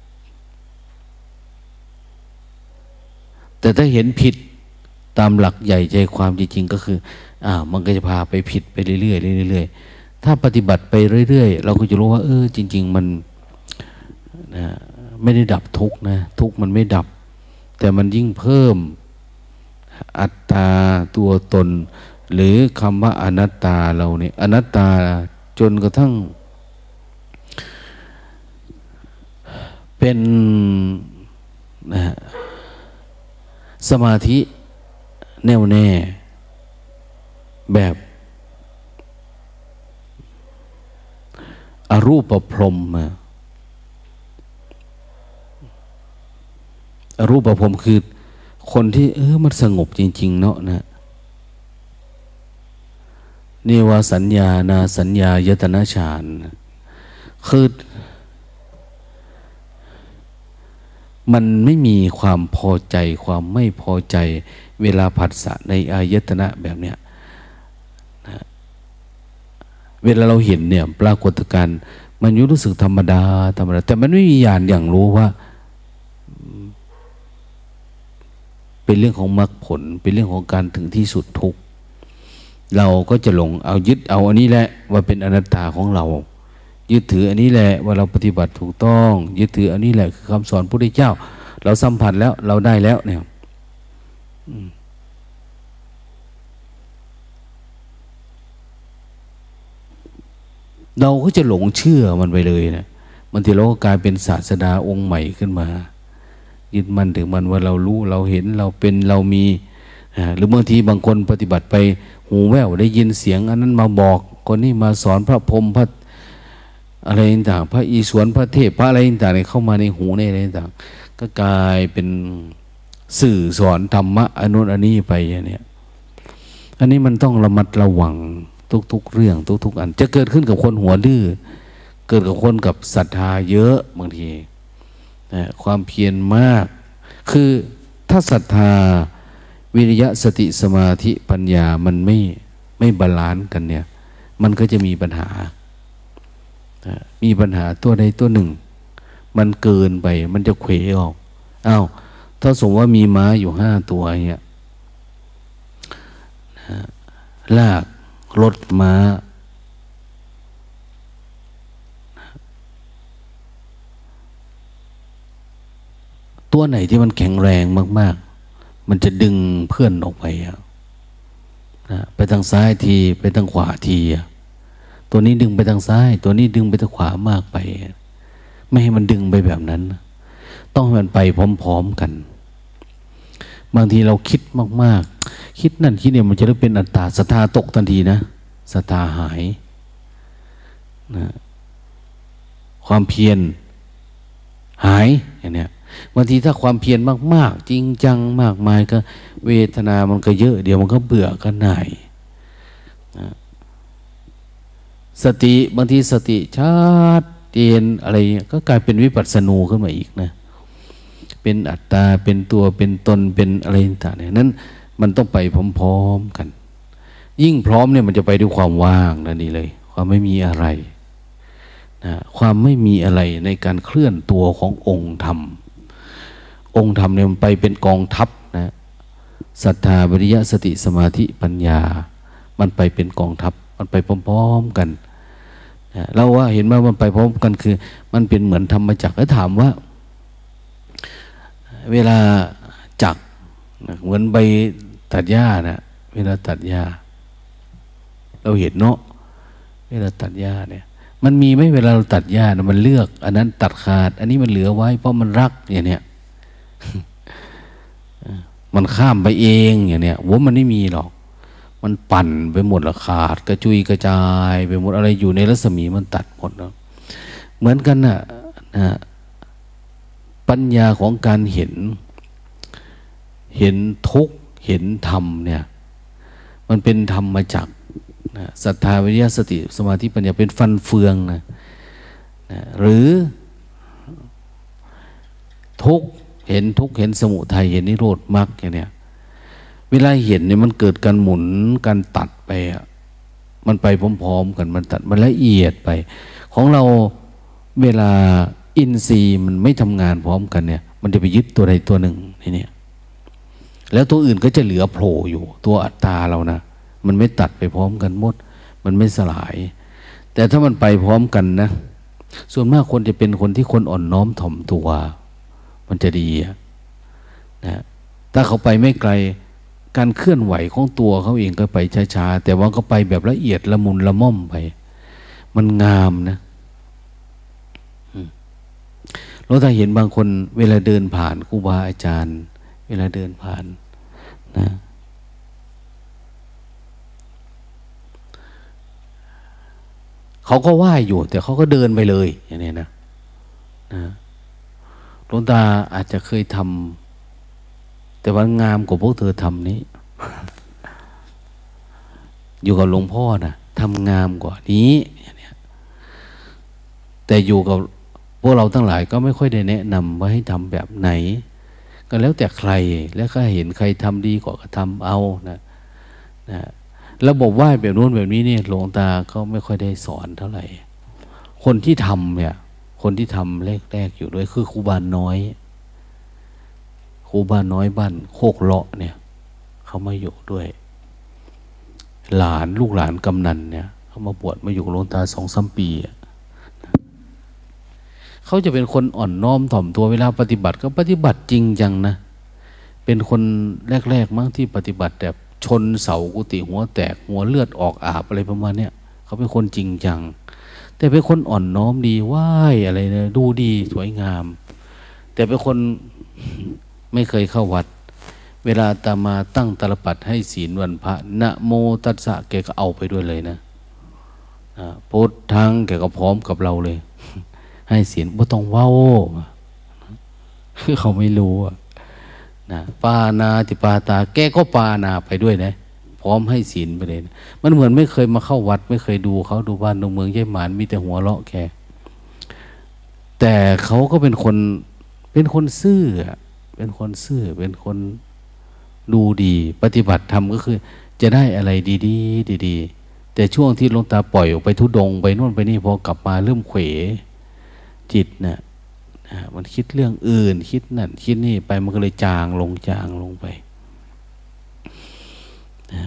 แต่ถ้าเห็นผิดตามหลักใหญ่ใจความจริงๆก็คืออ่ามันก็จะพาไปผิดไปเรื่อยๆเรื่อยๆถ้าปฏิบัติไปเรื่อยๆเราก็จะรู้ว่าเออจริงๆมันนะไม่ได้ดับทุกข์นะทุกข์มันไม่ดับแต่มันยิ่งเพิ่มอัตตาตัวตนหรือคำว่าอนัตตาเราเนี่ยอนัตตาจนกระทั่งเป็นนะสมาธิแน่วแน่แบบอรูปพรหมอรูปพรหมคือคนที่เออมันสงบจริงๆเนาะนะนี่ว่าสัญญานาสัญญายตนะฌานคือมันไม่มีความพอใจความไม่พอใจเวลาผัสสะในอายตนะแบบเนี้ยนะเวลาเราเห็นเนี่ยปรากฏการณ์มันยุรู้สึกธรรมดาธรรมดาแต่มันไม่มีญาณอย่างรู้ว่าเป็นเรื่องของมรรคผลเป็นเรื่องของการถึงที่สุดทุกข์เราก็จะหลงเอายึดเอาอันนี้แหละว่าเป็นอนัตตาของเรายึดถืออันนี้แหละว่าเราปฏิบัติถูกต้องยึดถืออันนี้แหละคือคำสอนพระพุทธเจ้าเราสัมผัสแล้วเราได้แล้วเนี่ยเราก็จะหลงเชื่อมันไปเลยนะบางทีเราก็กลายเป็นศาสดาองค์ใหม่ขึ้นมายึดมั่นถึงมันว่าเรารู้เราเห็นเราเป็นเรามีหรือบางทีบางคนปฏิบัติไปหูแว่วได้ยินเสียงอันนั้นมาบอกคนนี้มาสอนพระพรหมพระอะไรต่างพระอีศวรพระเทพพระอะไรต่างๆเข้ามาในหูในอะไรต่างก็กลายเป็นสื่อสอนธรรมะอนุนอันนี้ไปอย่างนี้อันนี้มันต้องระมัดระวังทุกๆเรื่องทุกๆอันจะเกิดขึ้นกับคนหัวดื้อเกิดกับคนกับศรัทธาเยอะบางทีนะความเพียรมากคือถ้าศรัทธาวิริยะสติสมาธิปัญญามันไม่ไม่บาลานซ์กันเนี่ยมันก็จะมีปัญหามีปัญหาตัวใดตัวหนึ่งมันเกินไปมันจะเขวออกอ้าวถ้าสมมติว่ามีม้าอยู่ห้าตัวเนี่ยลากรถม้าตัวไหนที่มันแข็งแรงมากๆมันจะดึงเพื่อนออกไปนะไปทางซ้ายทีไปทางขวาทีตัวนี้ดึงไปทางซ้ายตัวนี้ดึงไปทางขวามากไปไม่ให้มันดึงไปแบบนั้นต้องให้มันไปพร้อมๆกันบางทีเราคิดมากๆคิดนั่นคิดเนี่ยมันจะได้เป็นอัตตาศรัทธาตกทันทีนะศรัทธาหายนะความเพียรหายอย่างเนี้ยบางทีถ้าความเพียรมากๆจริงจังมากมายก็เวทนามันก็เยอะเดี๋ยวมันก็เบื่อก็หน่ายนะสติบางทีสติชัดเจนอะไรก็กลายเป็นวิปัสสนูขึ้นมาอีกนะเป็นอัตตาเป็นตัวเป็นตนเป็นอะไรต่างๆนั้นมันต้องไปพร้อมๆกันยิ่งพร้อมเนี่ยมันจะไปด้วยความว่างนั่นนี่เลยความไม่มีอะไรนะความไม่มีอะไรในการเคลื่อนตัวขององค์ธรรมองค์ธรรมเนี่ยมันไปเป็นกองทัพนะศรัทธาวิริยะสติสมาธิปัญญามันไปเป็นกองทัพมันไปพร้อมๆกันนะเราว่าเห็นว่ามันไปพร้อมกันคือมันเป็นเหมือนธรรมจักรแล้วถามว่าเวลาจักเหมือนใบตัดหญ้านะเวลาตัดหญ้าเราเห็นเนาะเวลาตัดหญ้าเนี่ยมันมีไหมเวลาเราตัดหญ้านะมันเลือกอันนั้นตัดขาดอันนี้มันเหลือไว้เพราะมันรักอย่างเนี้ยมันข้ามไปเองอย่างเนี้ยว่ามันไม่มีหรอกมันปั่นไปหมดละขาดกระจุยกระจายไปหมดอะไรอยู่ในรัศมีมันตัดหมดแล้วเหมือนกันน่ะนะปัญญาของการเห็นเห็นทุกข์เห็นธรรมเนี่ยมันเป็นธรรมมาจากนะศรัทธาวิริยะสติสมาธิปัญญาเป็นฟันเฟืองนะนะหรือทุกข์เห็นทุกข์เห็นสมุทัยเห็นนิโรธมรรคอย่างเนี้ยเวลาเห็นเนี่ยมันเกิดการหมุนการตัดไปอ่ะมันไปพร้อมๆกันมันตัดมันละเอียดไปของเราเวลาอินทรีย์มันไม่ทำงานพร้อมกันเนี่ยมันจะไปยึดตัวใดตัวหนึ่งนี่เนี่ยแล้วตัวอื่นก็จะเหลือโผล่อยู่ตัวอัตตาเรานะมันไม่ตัดไปพร้อมกันหมดมันไม่สลายแต่ถ้ามันไปพร้อมกันนะส่วนมากคนจะเป็นคนที่คนอ่อนน้อมถ่อมตัวมันจะดีนะถ้าเขาไปไม่ไกลการเคลื่อนไหวของตัวเขาเองก็ไปช้าๆแต่ว่าก็ไปแบบละเอียดละมุนละม่อมไปมันงามนะเราถ้าเห็นบางคนเวลาเดินผ่านครูบาอาจารย์เวลาเดินผ่านนะเขาก็ไหว้อยู่แต่เขาก็เดินไปเลยอย่างนี้นะนะหลวงตาอาจจะเคยทำแต่ว่างามกว่าพวกเธอทำนี้ อยู่กับหลวงพ่อนะทำงามกว่านี้อย่างนี้แต่อยู่กับพวกเราทั้งหลายก็ไม่ค่อยได้แนะนำว่าให้ทำแบบไหนก็แล้วแต่ใครแล้วก็เห็นใครทำดีกว่าก็ทำเอานะนะระบบไหว้แบบนู้นแบบนี้เนี่ยหลวงตาก็ไม่ค่อยได้สอนเท่าไหร่คนที่ทำเนี่ยคนที่ทำแรกๆอยู่ด้วยคือครูบาน้อยครูบาน้อยบ้านโคกเลาะเนี่ยเขามาอยู่ด้วยหลานลูกหลานกำนันเนี่ยเขามาบวชมาอยู่หลวงตาสองสามปีเขาจะเป็นคนอ่อนน้อมถ่อมตัวเวลาปฏิบัติก็ปฏิบัติจริงจังนะเป็นคนแรกๆมั้งที่ปฏิบัติแบบชนเสากุฏิหัวแตกหัวเลือดออกอาบอะไรประมาณเนี้ยเขาเป็นคนจริงจังแต่เป็นคนอ่อนน้อมดีไหว้อะไรนะดูดีสวยงามแต่เป็นคนไม่เคยเข้าวัดเวลาตามาตั้งตาลปัดให้ศีลวันพระนะโมตัสสะแกก็เอาไปด้วยเลยนะพุทธังแกก็พร้อมกับเราเลยให้ศีลบ่ต้องเว้าคือเขาไม่รู้นะปานาติปาตาแกก็ปานาไปด้วยนะพร้อมให้ศีลไปเลยนะมันเหมือนไม่เคยมาเข้าวัดไม่เคยดูเขาดูบ้านดูเมืองยายหมานมีแต่หัวเราะแกแต่เขาก็เป็นคนเป็นคนซื่อเป็นคนซื่อเป็นคนดูดีปฏิบัติธรรมก็คือจะได้อะไรดีๆดีๆแต่ช่วงที่หลวงตาปล่อยออกไปทุดงไปนู่นไปนี่พอกลับมาเริ่มเขวจิตนะ่ะมันคิดเรื่องอื่นคิดนั่นคิดนี่ไปมันก็เลยจางลงจางลงไปนะ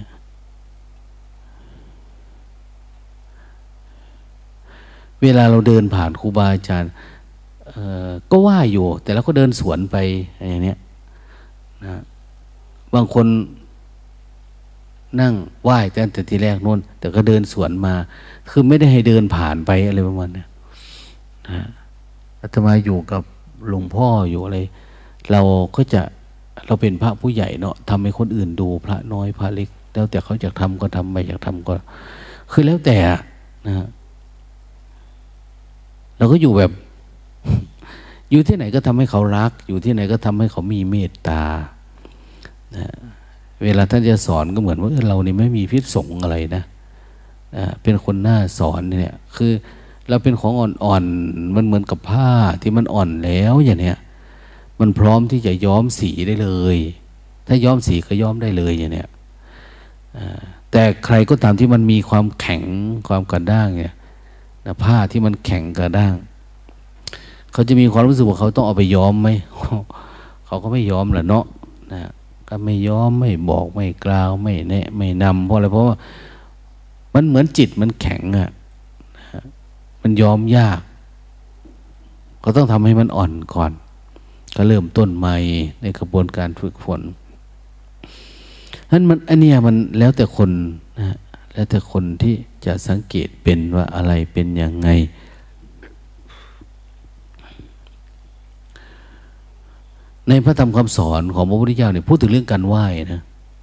เวลาเราเดินผ่านครูบาอาจารย์ก็ว่าอยู่แต่เราก็เดินสวนไปอย่างเนี้ยนะบางคนนั่งไหว้ตั้งแต่ทีแรกนู่นแต่ก็เดินสวนมาคือไม่ได้ให้เดินผ่านไปอะไรประมาณนี้นะอาตมาอยู่กับหลวงพ่ออยู่อะไรเราก็จะเราเป็นพระผู้ใหญ่เนาะทำให้คนอื่นดูพระน้อยพระเล็กแล้วแต่เขาอยากทำก็ทำไม่อยากทำก็คือแล้วแต่นะเราก็อยู่แบบอยู่ที่ไหนก็ทำให้เขารักอยู่ที่ไหนก็ทำให้เขามีเมตตานะเวลาท่านจะสอนก็เหมือนว่าเรานี่ไม่มีพิษสงอะไรนะเป็นคนหน้าสอนเนี่ยคือเราเป็นของอ่อนๆมันเหมือนกับผ้าที่มันอ่อนแล้วอย่างเนี้ยมันพร้อมที่จะย้อมสีได้เลยถ้าย้อมสีก็ย้อมได้เลยอย่างเนี้ยแต่ใครก็ตามที่มันมีความแข็งความกระด้างเนี่ยผ้าที่มันแข็งกระด้างเขาจะมีความรู้สึกว่าเขาต้องเอาไปย้อมไหมเขาก็ไม่ย้อมแหละเนาะนะก็ไม่ย้อมไม่บอกไม่กล่าวไม่แนะไม่นำเพราะอะไรเพราะว่ามันเหมือนจิตมันแข็งอะมันย้อมยากก็ต้องทำให้มันอ่อนก่อนก็เริ่มต้นใหม่ในกระบวนการฝึกฝนนั้นมันอันเนี้ยมันแล้วแต่คนนะแล้วแต่คนที่จะสังเกตเป็นว่าอะไรเป็นยังไงในพระธรรมคำสอนของพระพุทธเจ้าเนี่ยพูดถึงเรื่องการไหว้นะ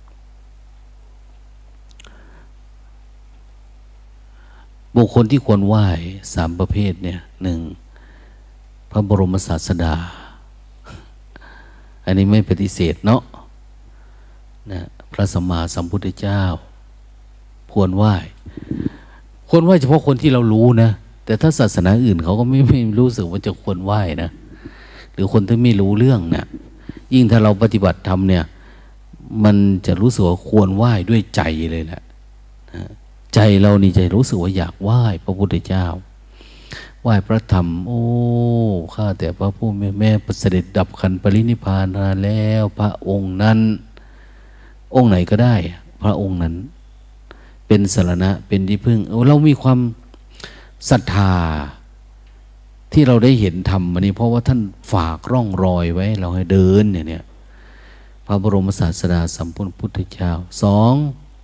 บุคคลที่ควรไหว้สามประเภทเนี่ยหนึ่งพระบรมศาสดาอันนี้ไม่ปฏิเสธเนาะนะพระสัมมาสัมพุทธเจ้าผควรไหว้ควรไหว้เฉพาะคนที่เรารู้นะแต่ถ้าศาสนาอื่นเขาก็ไม่ไม่รู้สึกว่าจะควรไหว้นะหรือคนที่ไม่รู้เรื่องเนะี่ยยิ่งถ้าเราปฏิบัติธรรมเนี่ยมันจะรู้สึกว่าควรไหว้ด้วยใจเลยแหละใจเรานี่ใจรู้สึกว่าอยากไหว้พระพุทธเจ้าไหว้พระธรรมโอ้ข้าแต่พระผู้มีแม่ประเสด็จดับขันปรินิพพานมาแล้วพระองค์นั้นองค์ไหนก็ได้พระองค์นั้นเป็นสรณะเป็นที่พึ่งเรามีความศรัทธาที่เราได้เห็นธรรมวันนี้เพราะว่าท่านฝากร่องรอยไว้เราให้เดินเนี่ยเนี่ยพระบรมศาสดาสัมพุทธเจ้าสอง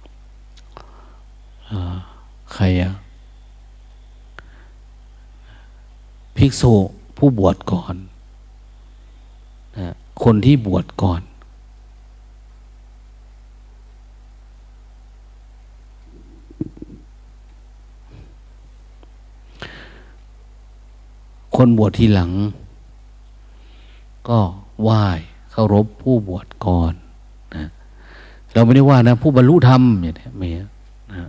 ใครอะภิกษุผู้บวชก่อนนะคนที่บวชก่อนคนบวชทีหลังก็ไหว้เคารพผู้บวชก่อนนะเราไม่ได้ว่านะผู้บรรลุธรรมอย่างนี้ไม่นะ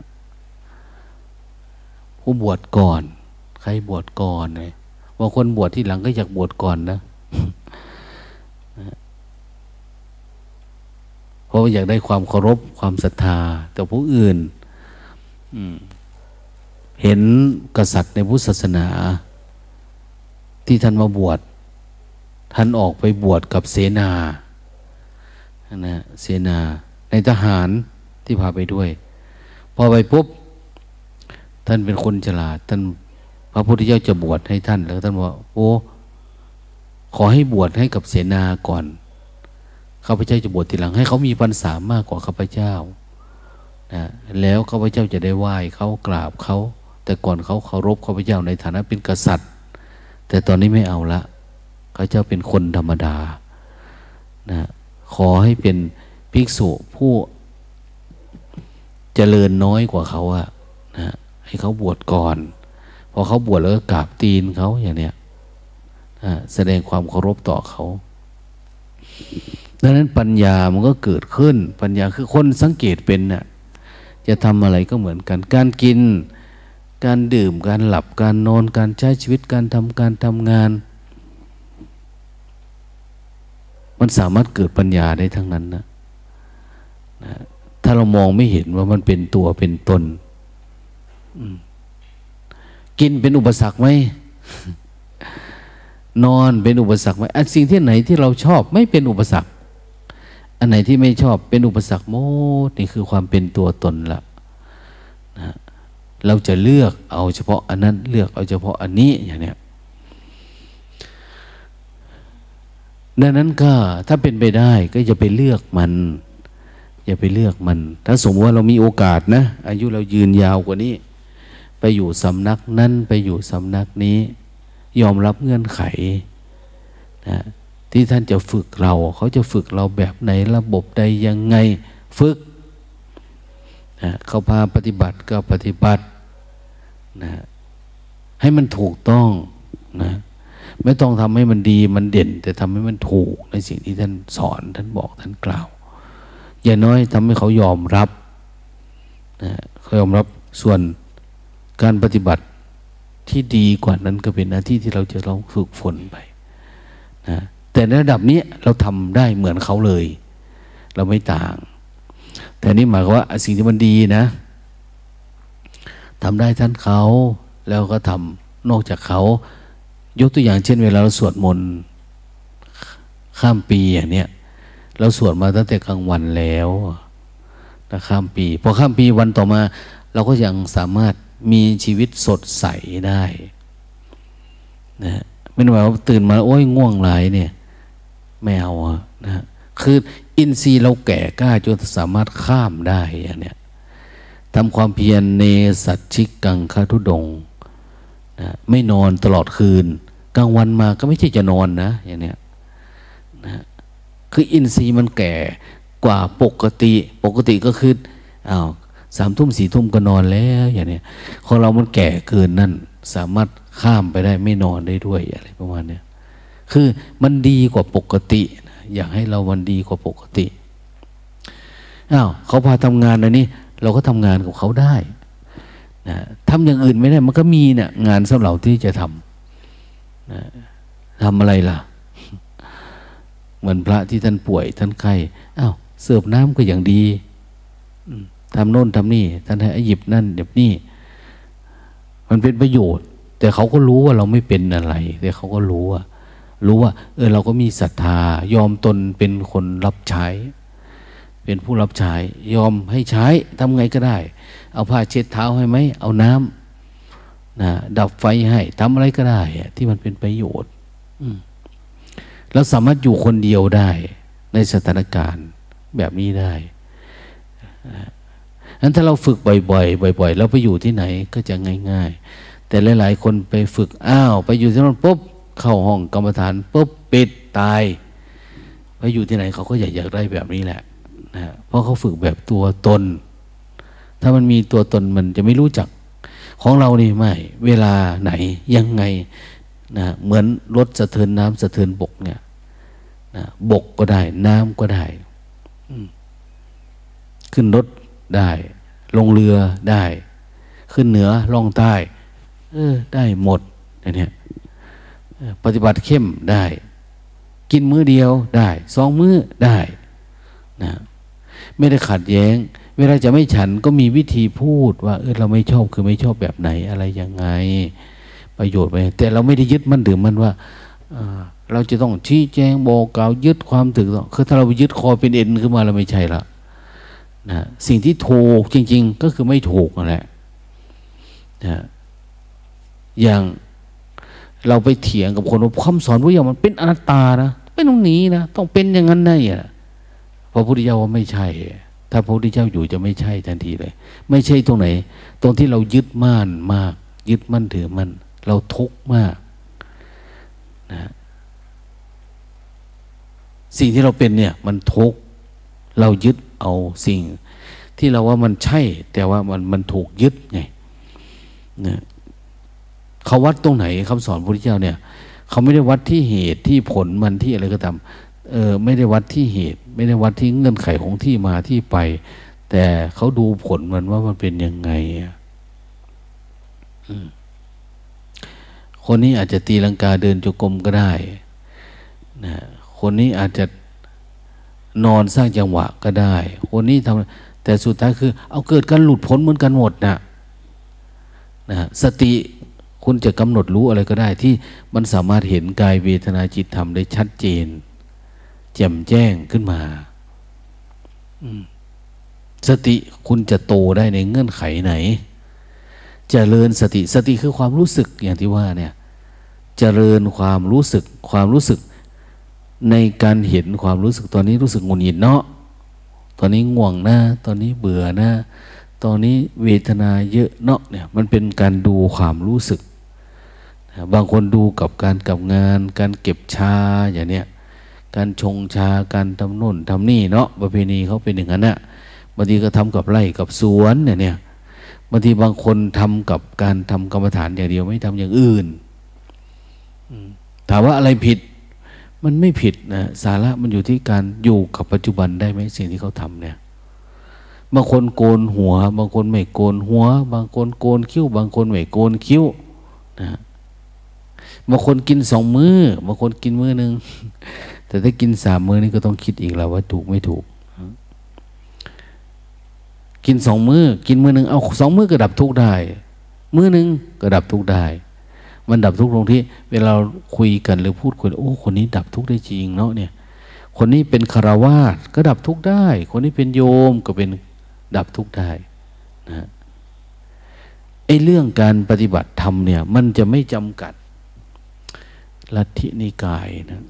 ผู้บวชก่อนใครบวชก่อนเลยบางคนบวชทีหลังก็อยากบวชก่อนนะเพราะอยากได้ความเคารพความศรัทธาแต่ผู้อื่นเห็นกษัตริย์ในพุทธศาสนาที่ท่านมาบวชท่านออกไปบวชกับเสนานะเสนาในทหารที่พาไปด้วยพอไปปุ๊บท่านเป็นคนฉลาดท่านพระพุทธเจ้าจะบวชให้ท่านแล้วท่านบอกโอ้ขอให้บวชให้กับเสนาก่อนข้าพเจ้าจะบวชทีหลังให้เขามีพรรษามากกว่าข้าพเจ้านะแล้วข้าพเจ้าจะได้ไหว้เขากราบเขาแต่ก่อนเขาเคารพข้าพเจ้าในฐานะเป็นกษัตริย์แต่ตอนนี้ไม่เอาละเขาเจ้าเป็นคนธรรมดานะขอให้เป็นภิกษุผู้เจริญน้อยกว่าเขาอะนะให้เขาบวชก่อนพอเขาบวชแล้วก็กราบตีนเขาอย่างเนี้ยนะแสดงความเคารพต่อเขาดังนั้นปัญญามันก็เกิดขึ้นปัญญาคือคนสังเกตเป็นน่ะจะทำอะไรก็เหมือนกันการกินการดื่มการหลับการนอนการใช้ชีวิตการทำการทำงานมันสามารถเกิดปัญญาได้ทั้งนั้นนะนะถ้าเรามองไม่เห็นว่ามันเป็นตัวเป็นตนกินเป็นอุปสรรคไหม นอนเป็นอุปสรรคไหมอันสิ่งที่ไหนที่เราชอบไม่เป็นอุปสรรคอันไหนที่ไม่ชอบเป็นอุปสรรคหมดนี่คือความเป็นตัวตนละนะเราจะเลือกเอาเฉพาะอันนั้นเลือกเอาเฉพาะอันนี้อย่างเนี้ยดังนั้นก็ถ้าเป็นไปได้ก็อย่าไปเลือกมันอย่าไปเลือกมันถ้าสมมติว่าเรามีโอกาสนะอายุเรายืนยาวกว่านี้ไปอยู่สำนักนั้นไปอยู่สำนักนี้ยอมรับเงื่อนไขนะที่ท่านจะฝึกเราเขาจะฝึกเราแบบไหนระบบใดยังไงฝึกนะเขาพาปฏิบัติก็ปฏิบัตินะให้มันถูกต้องนะไม่ต้องทำให้มันดีมันเด่นแต่ทำให้มันถูกในสิ่งที่ท่านสอนท่านบอกท่านกล่าวอย่างน้อยทำให้เขายอมรับนะเขายอมรับส่วนการปฏิบัติที่ดีกว่านั้นก็เป็นหน้าที่ที่เราจะลองฝึกฝนไปนะแต่ในระดับนี้เราทำได้เหมือนเขาเลยเราไม่ต่างแต่นี่หมายความว่าสิ่งที่มันดีนะทำได้ท่านเขาแล้วก็ทำนอกจากเขายกตัวอย่างเช่นเวลาเราสวดมนต์ข้ามปีอย่างเนี้ยเราสวดมาตั้งแต่กลางวันแล้วนะข้ามปีพอข้ามปีวันต่อมาเราก็ยังสามารถมีชีวิตสดใสได้นะไม่ได้หมายว่าตื่นมาโอ้ยง่วงหลายเนี่ยไม่เอาอะนะคืออินทรีย์เราแก่กล้าจนสามารถข้ามได้อย่างเนี้ยทำความเพียรเนสัชชิกังคทุดงนะไม่นอนตลอดคืนกลางวันมาก็ไม่ใช่จะนอนนะอย่างเนี้ยนะคืออินทรีย์มันแก่กว่าปกติปกติก็คืออ้าวสามทุ่มสี่ทุ่มก็นอนแล้วอย่างเนี้ยของเรามันแก่เกินนั่นสามารถข้ามไปได้ไม่นอนได้ด้วยอะไรประมาณเนี้ยคือมันดีกว่าปกตินะอยากให้เรามันดีกว่าปกติอ้าวเขาพาทำงานอันนี้เราก็ทำงานกับเขาได้นะทำอย่างอื่นไม่ได้มันก็มีเนี่ยงานสำหรับที่จะทำนะทำอะไรล่ะเหมือนพระที่ท่านป่วยท่านไข้อ้าวเสิร์ฟน้ำก็อย่างดีทำโน่นทำนี่ท่านให้หยิบนั่นหยิบนี่มันเป็นประโยชน์แต่เขาก็รู้ว่าเราไม่เป็นอะไรแต่เขาก็รู้ว่ารู้ว่าเออเราก็มีศรัทธายอมตนเป็นคนรับใช้เป็นผู้รับใช้ยอมให้ใช้ทำไงก็ได้เอาผ้าเช็ดเท้าให้ไหมเอาน้ำนะดับไฟให้ทำอะไรก็ได้ที่มันเป็นประโยชน์เราสามารถอยู่คนเดียวได้ในสถานการณ์แบบนี้ได้นั้นถ้าเราฝึกบ่อยๆบ่อยๆเราไปอยู่ที่ไหนก็จะง่ายๆแต่หลายๆคนไปฝึกอ้าวไปอยู่ที่นั่นปุ๊บเข้าห้องกรรมฐานปุ๊บปิดตายไปอยู่ที่ไหนเขาก็อยากอยากได้แบบนี้แหละนะเพราะเขาฝึกแบบตัวตนถ้ามันมีตัวตนมันจะไม่รู้จักของเรานี่ไม่เวลาไหนยังไงนะเหมือนรถสะเทินน้ำสะเทินบกเนี่ยนะบกก็ได้น้ำก็ได้ขึ้นรถได้ลงเรือได้ขึ้นเหนือล่องใต้เออได้หมดอย่างนี้ปฏิบัติเข้มได้กินมื้อเดียวได้สองมื้อได้นะไม่ได้ขัดแย้งเวลาจะไม่ฉันก็มีวิธีพูดว่าเออเราไม่ชอบคือไม่ชอบแบบไหนอะไรยังไงประโยชน์ไปแต่เราไม่ได้ยึดมั่นถือมั่นว่าเราจะต้องชี้แจงบอกกล่าวยึดความถูกต้องคือถ้าเราไปยึดคอเป็นเอ็นขึ้นมาเราไม่ใช่ละนะสิ่งที่ถูกจริงๆก็คือไม่ถูกนั่นแหละนะอย่างเราไปเถียงกับคนว่าคำสอนพระเจ้ามันเป็นอนัตตานะเป็นตรงนี้นะต้องเป็นอย่างนั้นนะเนี่ยพระพุทธเจ้าว่าไม่ใช่ถ้าพระพุทธเจ้าอยู่จะไม่ใช่ทันทีเลยไม่ใช่ตรงไหนตรงที่เรายึดมั่นมากยึดมั่นถือมั่นเราทุกข์มากนะสิ่งที่เราเป็นเนี่ยมันทุกข์เรายึดเอาสิ่งที่เราว่ามันใช่แต่ว่ามันมันถูกยึดไงนะเขาวัดตรงไหนคำสอนพระพุทธเจ้าเนี่ยเขาไม่ได้วัดที่เหตุที่ผลมันที่อะไรก็ตามเออไม่ได้วัดที่เหตุไม่ได้วัดที่เงื่อนไขของที่มาที่ไปแต่เขาดูผลมันว่ามันเป็นยังไงคนนี้อาจจะตีลังกาเดินจงกรมก็ได้นะคนนี้อาจจะนอนสร้างจังหวะก็ได้คนนี้ทำแต่สุดท้ายคือเอาเกิดการหลุดพ้นเหมือนกันหมดนะนะสติคุณจะกำหนดรู้อะไรก็ได้ที่มันสามารถเห็นกายเวทนาจิตธรรมได้ชัดเจนแจ่มแจ้งขึ้นมาสติคุณจะโตได้ในเงื่อนไขไหนเจริญสติสติคือความรู้สึกอย่างที่ว่าเนี่ยเจริญความรู้สึกความรู้สึกในการเห็นความรู้สึกตอนนี้รู้สึกหงุดหงิดเนาะตอนนี้ง่วงนะตอนนี้เบื่อนะตอนนี้เวทนาเยอะเนาะเนี่ยมันเป็นการดูความรู้สึกบางคนดูกับการกับงานการเก็บชาอย่างเนี้ยการชงชาการทำโน่นทำนี่เนาะประเพณีเขาเป็นอย่างนั้นนะบางทีก็ทำกับไร่กับสวนเนี่ยเนี่ยบางทีบางคนทำกับการทำกรรมฐานอย่างเดียวไม่ทำอย่างอื่นถามว่าอะไรผิดมันไม่ผิดนะสาระมันอยู่ที่การอยู่กับปัจจุบันได้ไหมสิ่งที่เขาทำเนี่ยบางคนโกนหัวบางคนไม่โกนหัวบางคนโกนคิ้วบางคนไม่โกนคิ้วนะบางคนกินสองมื้อบางคนกินมื้อนึงแต่ถ้ากินสามมื้อนี่ก็ต้องคิดอีกแล้วว่าถูกไม่ถูกกินสองมื้อกินมื้อนึงเอาสองมื้อก็ดับทุกข์ได้มื้อนึงก็ดับทุกข์ได้มันดับทุกข์ตรงที่เวลาคุยกันหรือพูดคุยโอ้คนนี้ดับทุกข์ได้จริงเนาะเนี่ยคนนี้เป็นคฤหัสถ์ก็ดับทุกข์ได้คนนี้เป็นโยมก็เป็นดับทุกข์ได้นะไอ้เรื่องการปฏิบัติธรรมเนี่ยมันจะไม่จำกัดลัทธินิกายนะ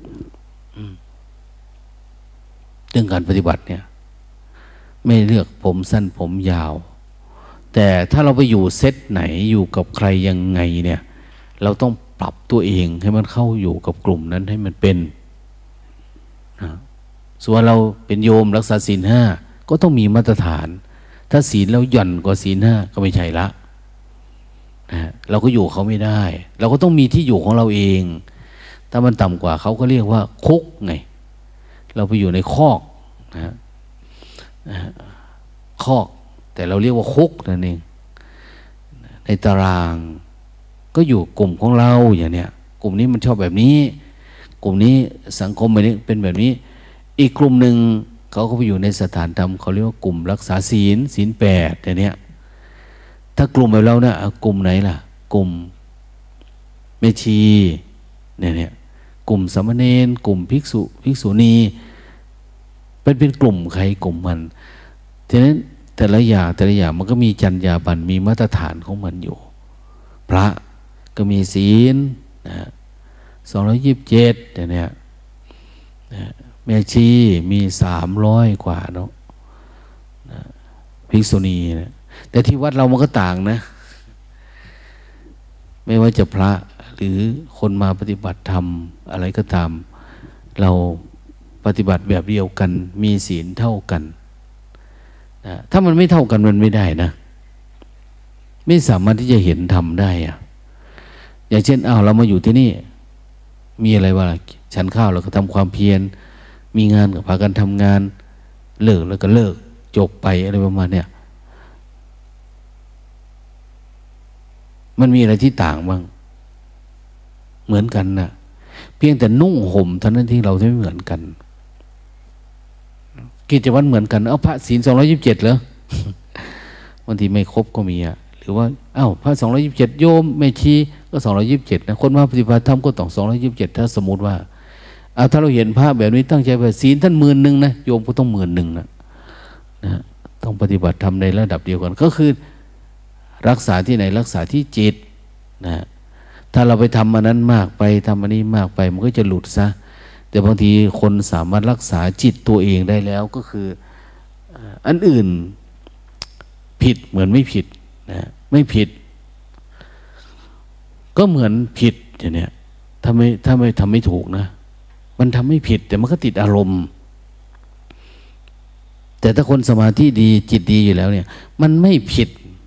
เรื่องการปฏิบัติเนี่ยไม่เลือกผมสั้นผมยาวแต่ถ้าเราไปอยู่เซตไหนอยู่กับใครยังไงเนี่ยเราต้องปรับตัวเองให้มันเข้าอยู่กับกลุ่มนั้นให้มันเป็นนะส่วนเราเป็นโยมรักษาศีลห้าก็ต้องมีมาตรฐานถ้าศีลเราหย่อนกว่าศีลห้าก็ไม่ใช่ละนะเราก็อยู่เขาไม่ได้เราก็ต้องมีที่อยู่ของเราเองถ้ามันต่ำกว่าเขาก็เรียกว่าคุกไงเราไปอยู่ในคอกนะนะคอกแต่เราเรียกว่าคุกนั่นเองในตารางก็อยู่กลุ่มของเราอย่างเนี้ยกลุ่มนี้มันชอบแบบนี้กลุ่มนี้สังคมแบบนี้เป็นแบบนี้อีกกลุ่มหนึ่งเขาก็ไปอยู่ในสถานธรรมเขาเรียกว่ากลุ่มรักษาศีลศีลแปดอย่างเนี้ยถ้ากลุ่มแบบเราเนี่ยกลุ่มไหนล่ะกลุ่มเมชีเนี่ยเนี่ยกลุ่มสามเณรกลุ่มภิกษุภิกษุณีเป็นเป็นกลุ่มใครกลุ่มมันฉะนั้นแต่ละอย่างแต่ละอย่างมันก็มีจรรยาบรรณมีมาตรฐานของมันอยู่พระก็มีศีลนะสองร้อยยี่สิบเจ็ดเนี่ยนะแม่ชีมีสามร้อยกว่าเนาะนะภิกษุณีนะแต่ที่วัดเรามันก็ต่างนะไม่ว่าจะพระหรือคนมาปฏิบัติธรรมอะไรก็ตามเราปฏิบัติแบบเดียวกันมีศีลเท่ากันนะถ้ามันไม่เท่ากันมันไม่ได้นะไม่สามารถที่จะเห็นธรรมได้อะอย่างเช่นอ้าวเรามาอยู่ที่นี่มีอะไรวะฉันข้าวเราก็ทำความเพียรมีงานก็พากันทำงานเลิกแล้วก็เลิกจบไปอะไรประมาณเนี้ยมันมีอะไรที่ต่างบ้างเหมือนกันนะเพียงแต่นุ่งห่มเท่านั้นที่เราไม่เหมือนกันกิจวัตรเหมือนกันเอาพระศีลสองร้อยยี่สิบเจ็ดเหรอบางทีไม่ครบก็มีอะหรือว่าอ้าวพระสองร้อยยี่สิบเจ็ดโยมไม่ชีก็สองร้อยยี่สิบเจ็ดนะคนมาปฏิบัติธรรมก็ต้องสองร้อยยี่สิบเจ็ดถ้าสมมติว่าเอาถ้าเราเห็นพระแบบนี้ตั้งใจว่าศีลท่านหมื่นหนึ่งนะโยมก็ต้องหมื่นหนึ่งนะนะต้องปฏิบัติธรรมในระดับเดียวกันก็คือรักษาที่ไหนรักษาที่จิตนะถ้าเราไปทำอันนั้นมากไปทำอันนี้มากไปมันก็จะหลุดซะแต่บางทีคนสามารถรักษาจิตตัวเองได้แล้วก็คืออันอื่นผิดเหมือนไม่ผิดนะไม่ผิดก็เหมือนผิดอย่างเนี้ยถ้าไม่ถ้าไม่ทำไม่ถูกนะมันทำไม่ผิดแต่มันก็ติดอารมณ์แต่ถ้าคนสมาธิดีจิตดีอยู่แล้วเนี่ยมันไม่ผิด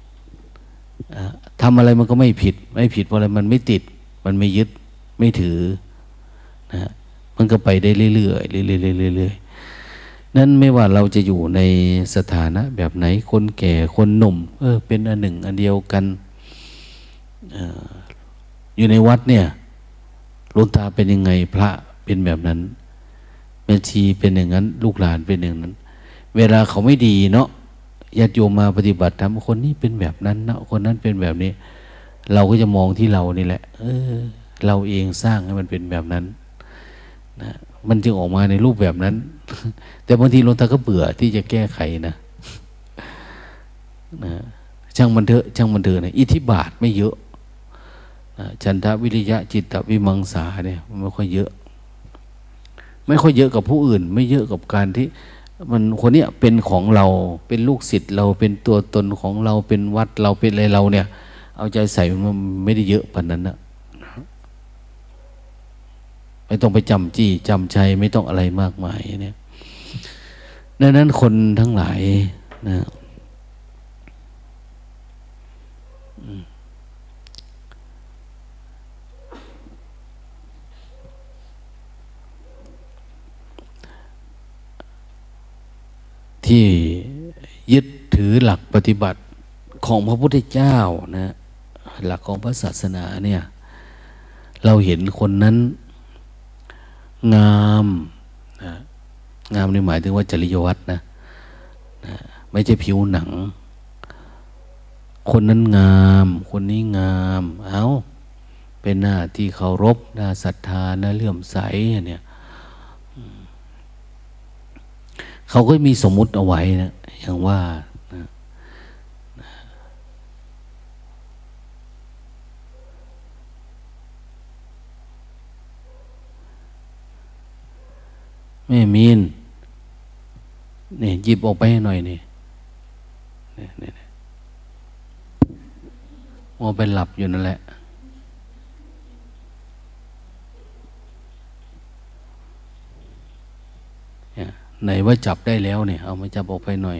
ทำอะไรมันก็ไม่ผิดไม่ผิดเพราะอะไรมันไม่ติดมันไม่ยึดไม่ถือนะมันก็ไปได้เรื่อยๆเรื่อยๆเรื่อยๆนั่นไม่ว่าเราจะอยู่ในสถานะแบบไหนคนแก่คนหนุ่มเออเป็นอันหนึ่งอันเดียวกันออยู่ในวัดเนี่ยหลวงตาเป็นยังไงพระเป็นแบบนั้นแม่ชีเป็นอย่างนั้นลูกหลานเป็นอย่างนั้นเวลาเขาไม่ดีเนาะญาติโยมมาปฏิบัติธรรมคนนี้เป็นแบบนั้นนะคนนั้นเป็นแบบนี้เราก็จะมองที่เรานี่แหละเออเราเองสร้างให้มันเป็นแบบนั้นนะมันจึงออกมาในรูปแบบนั้นแต่บางทีหลวงตาก็เบื่อที่จะแก้ไขนะนะช่างมันเถอะช่างมันเถอะนะอิทธิบาทไม่เยอะนะฉันทะวิริยะจิตตวิมังสาเนี่ยมันไม่ค่อยเยอะไม่ค่อยเยอะกับผู้อื่นไม่เยอะกับการที่มันคนเนี้ยเป็นของเราเป็นลูกศิษย์เราเป็นตัวตนของเราเป็นวัดเราเป็นอะไรเราเนี่ยเอาใจใส่มันไม่ได้เยอะปานนั้นนะไม่ต้องไปจำจี้จำชัยไม่ต้องอะไรมากมายเนี่ยดังนั้นคนทั้งหลายนะที่ยึดถือหลักปฏิบัติของพระพุทธเจ้านะหลักของพระศาสนาเนี่ยเราเห็นคนนั้นงามนะงามในหมายถึงว่าจริยวัตรนะนะไม่ใช่ผิวหนังคนนั้นงามคนนี้งามเอาเป็นหน้าที่เคารพหน้าศรัทธาหน้าเลื่อมใสเนี่ยเขาก็มีสมมุติเอาไว้นะอย่างว่านะแม่มีนนี่หยิบออกไปให้หน่อยนี่นี่นี่มัวไปหลับอยู่นั่นแหละไหนว่าจับได้แล้วเนี่ยเอามาจับออกไปหน่อย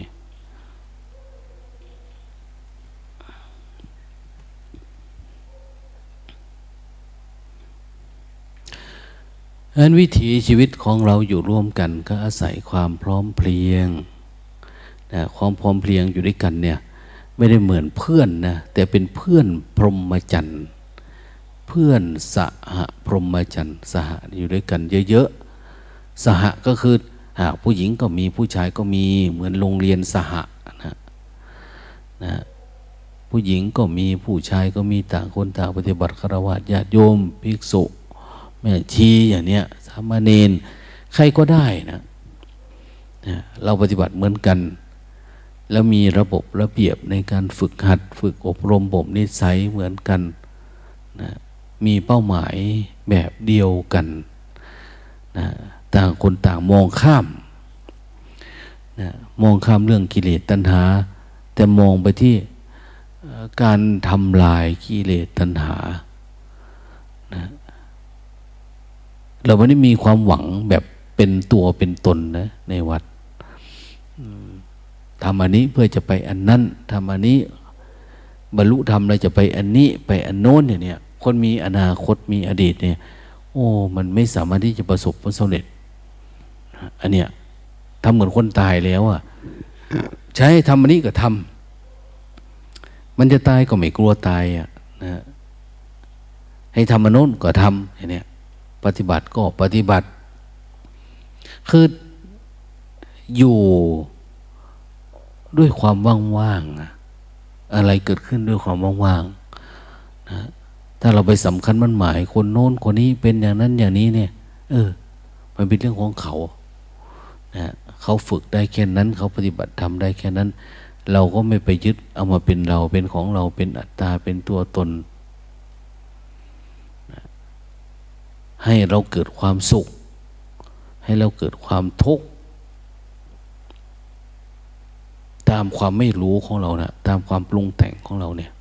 อันวิถีชีวิตของเราอยู่ร่วมกันก็อาศัยความพร้อมเพรียงนนะความพร้อมเพรียงอยู่ด้วยกันเนี่ยไม่ได้เหมือนเพื่อนนะแต่เป็นเพื่อนพรหมจรรย์เพื่อนสหพรหมจรรย์สหอยู่ด้วยกันเยอะๆสหก็คือหากผู้หญิงก็มีผู้ชายก็มีเหมือนโรงเรียนสหนะนะผู้หญิงก็มีผู้ชายก็มีต่างคนต่างปฏิบัติฆราวาสญาติโยมภิกษุแม่ชีอย่างเนี้ยสามเณรใครก็ได้นะนะเราปฏิบัติเหมือนกันแล้วมีระบบระเบียบในการฝึกหัดฝึกอบรมบ่มนิสัยเหมือนกันนะมีเป้าหมายแบบเดียวกันนะต่างคนต่างมองข้ามนะมองข้ามเรื่องกิเลสตัณหาแต่มองไปที่การทำลายกิเลสตัณหานะเราไม่ได้มีความหวังแบบเป็นตัวเป็นตนนะในวัดทำอันนี้เพื่อจะไปอันนั้นทำอันนี้บรรลุธรรมเราจะไปอันนี้ไปอันโน้นเนี่ยเนี่ยคนมีอนาคตมีอดีตเนี่ยโอ้มันไม่สามารถที่จะประสบผลสำเร็จอันเนี้ยทำเหมือนคนตายแล้วอ่ะใช้ทำอันนี้ก็ทำมันจะตายก็ไม่กลัวตายอ่ะนะให้ทำอันโน้นก็ทำอย่างเนี้ยปฏิบัติก็ปฏิบัติคืออยู่ด้วยความว่างๆอะไรเกิดขึ้นด้วยความว่างๆนะถ้าเราไปสำคัญมันหมายคนโน้นคนนี้เป็นอย่างนั้นอย่างนี้เนี่ยเออมันเป็นเรื่องของเขานะเขาฝึกได้แค่นั้นเขาปฏิบัติทำได้แค่นั้นเราก็ไม่ไปยึดเอามาเป็นเราเป็นของเราเป็นอัตตาเป็นตัวตนนะให้เราเกิดความสุขให้เราเกิดความทุกข์ตามความไม่รู้ของเรานะตามความปรุงแต่งของเราเนี่ย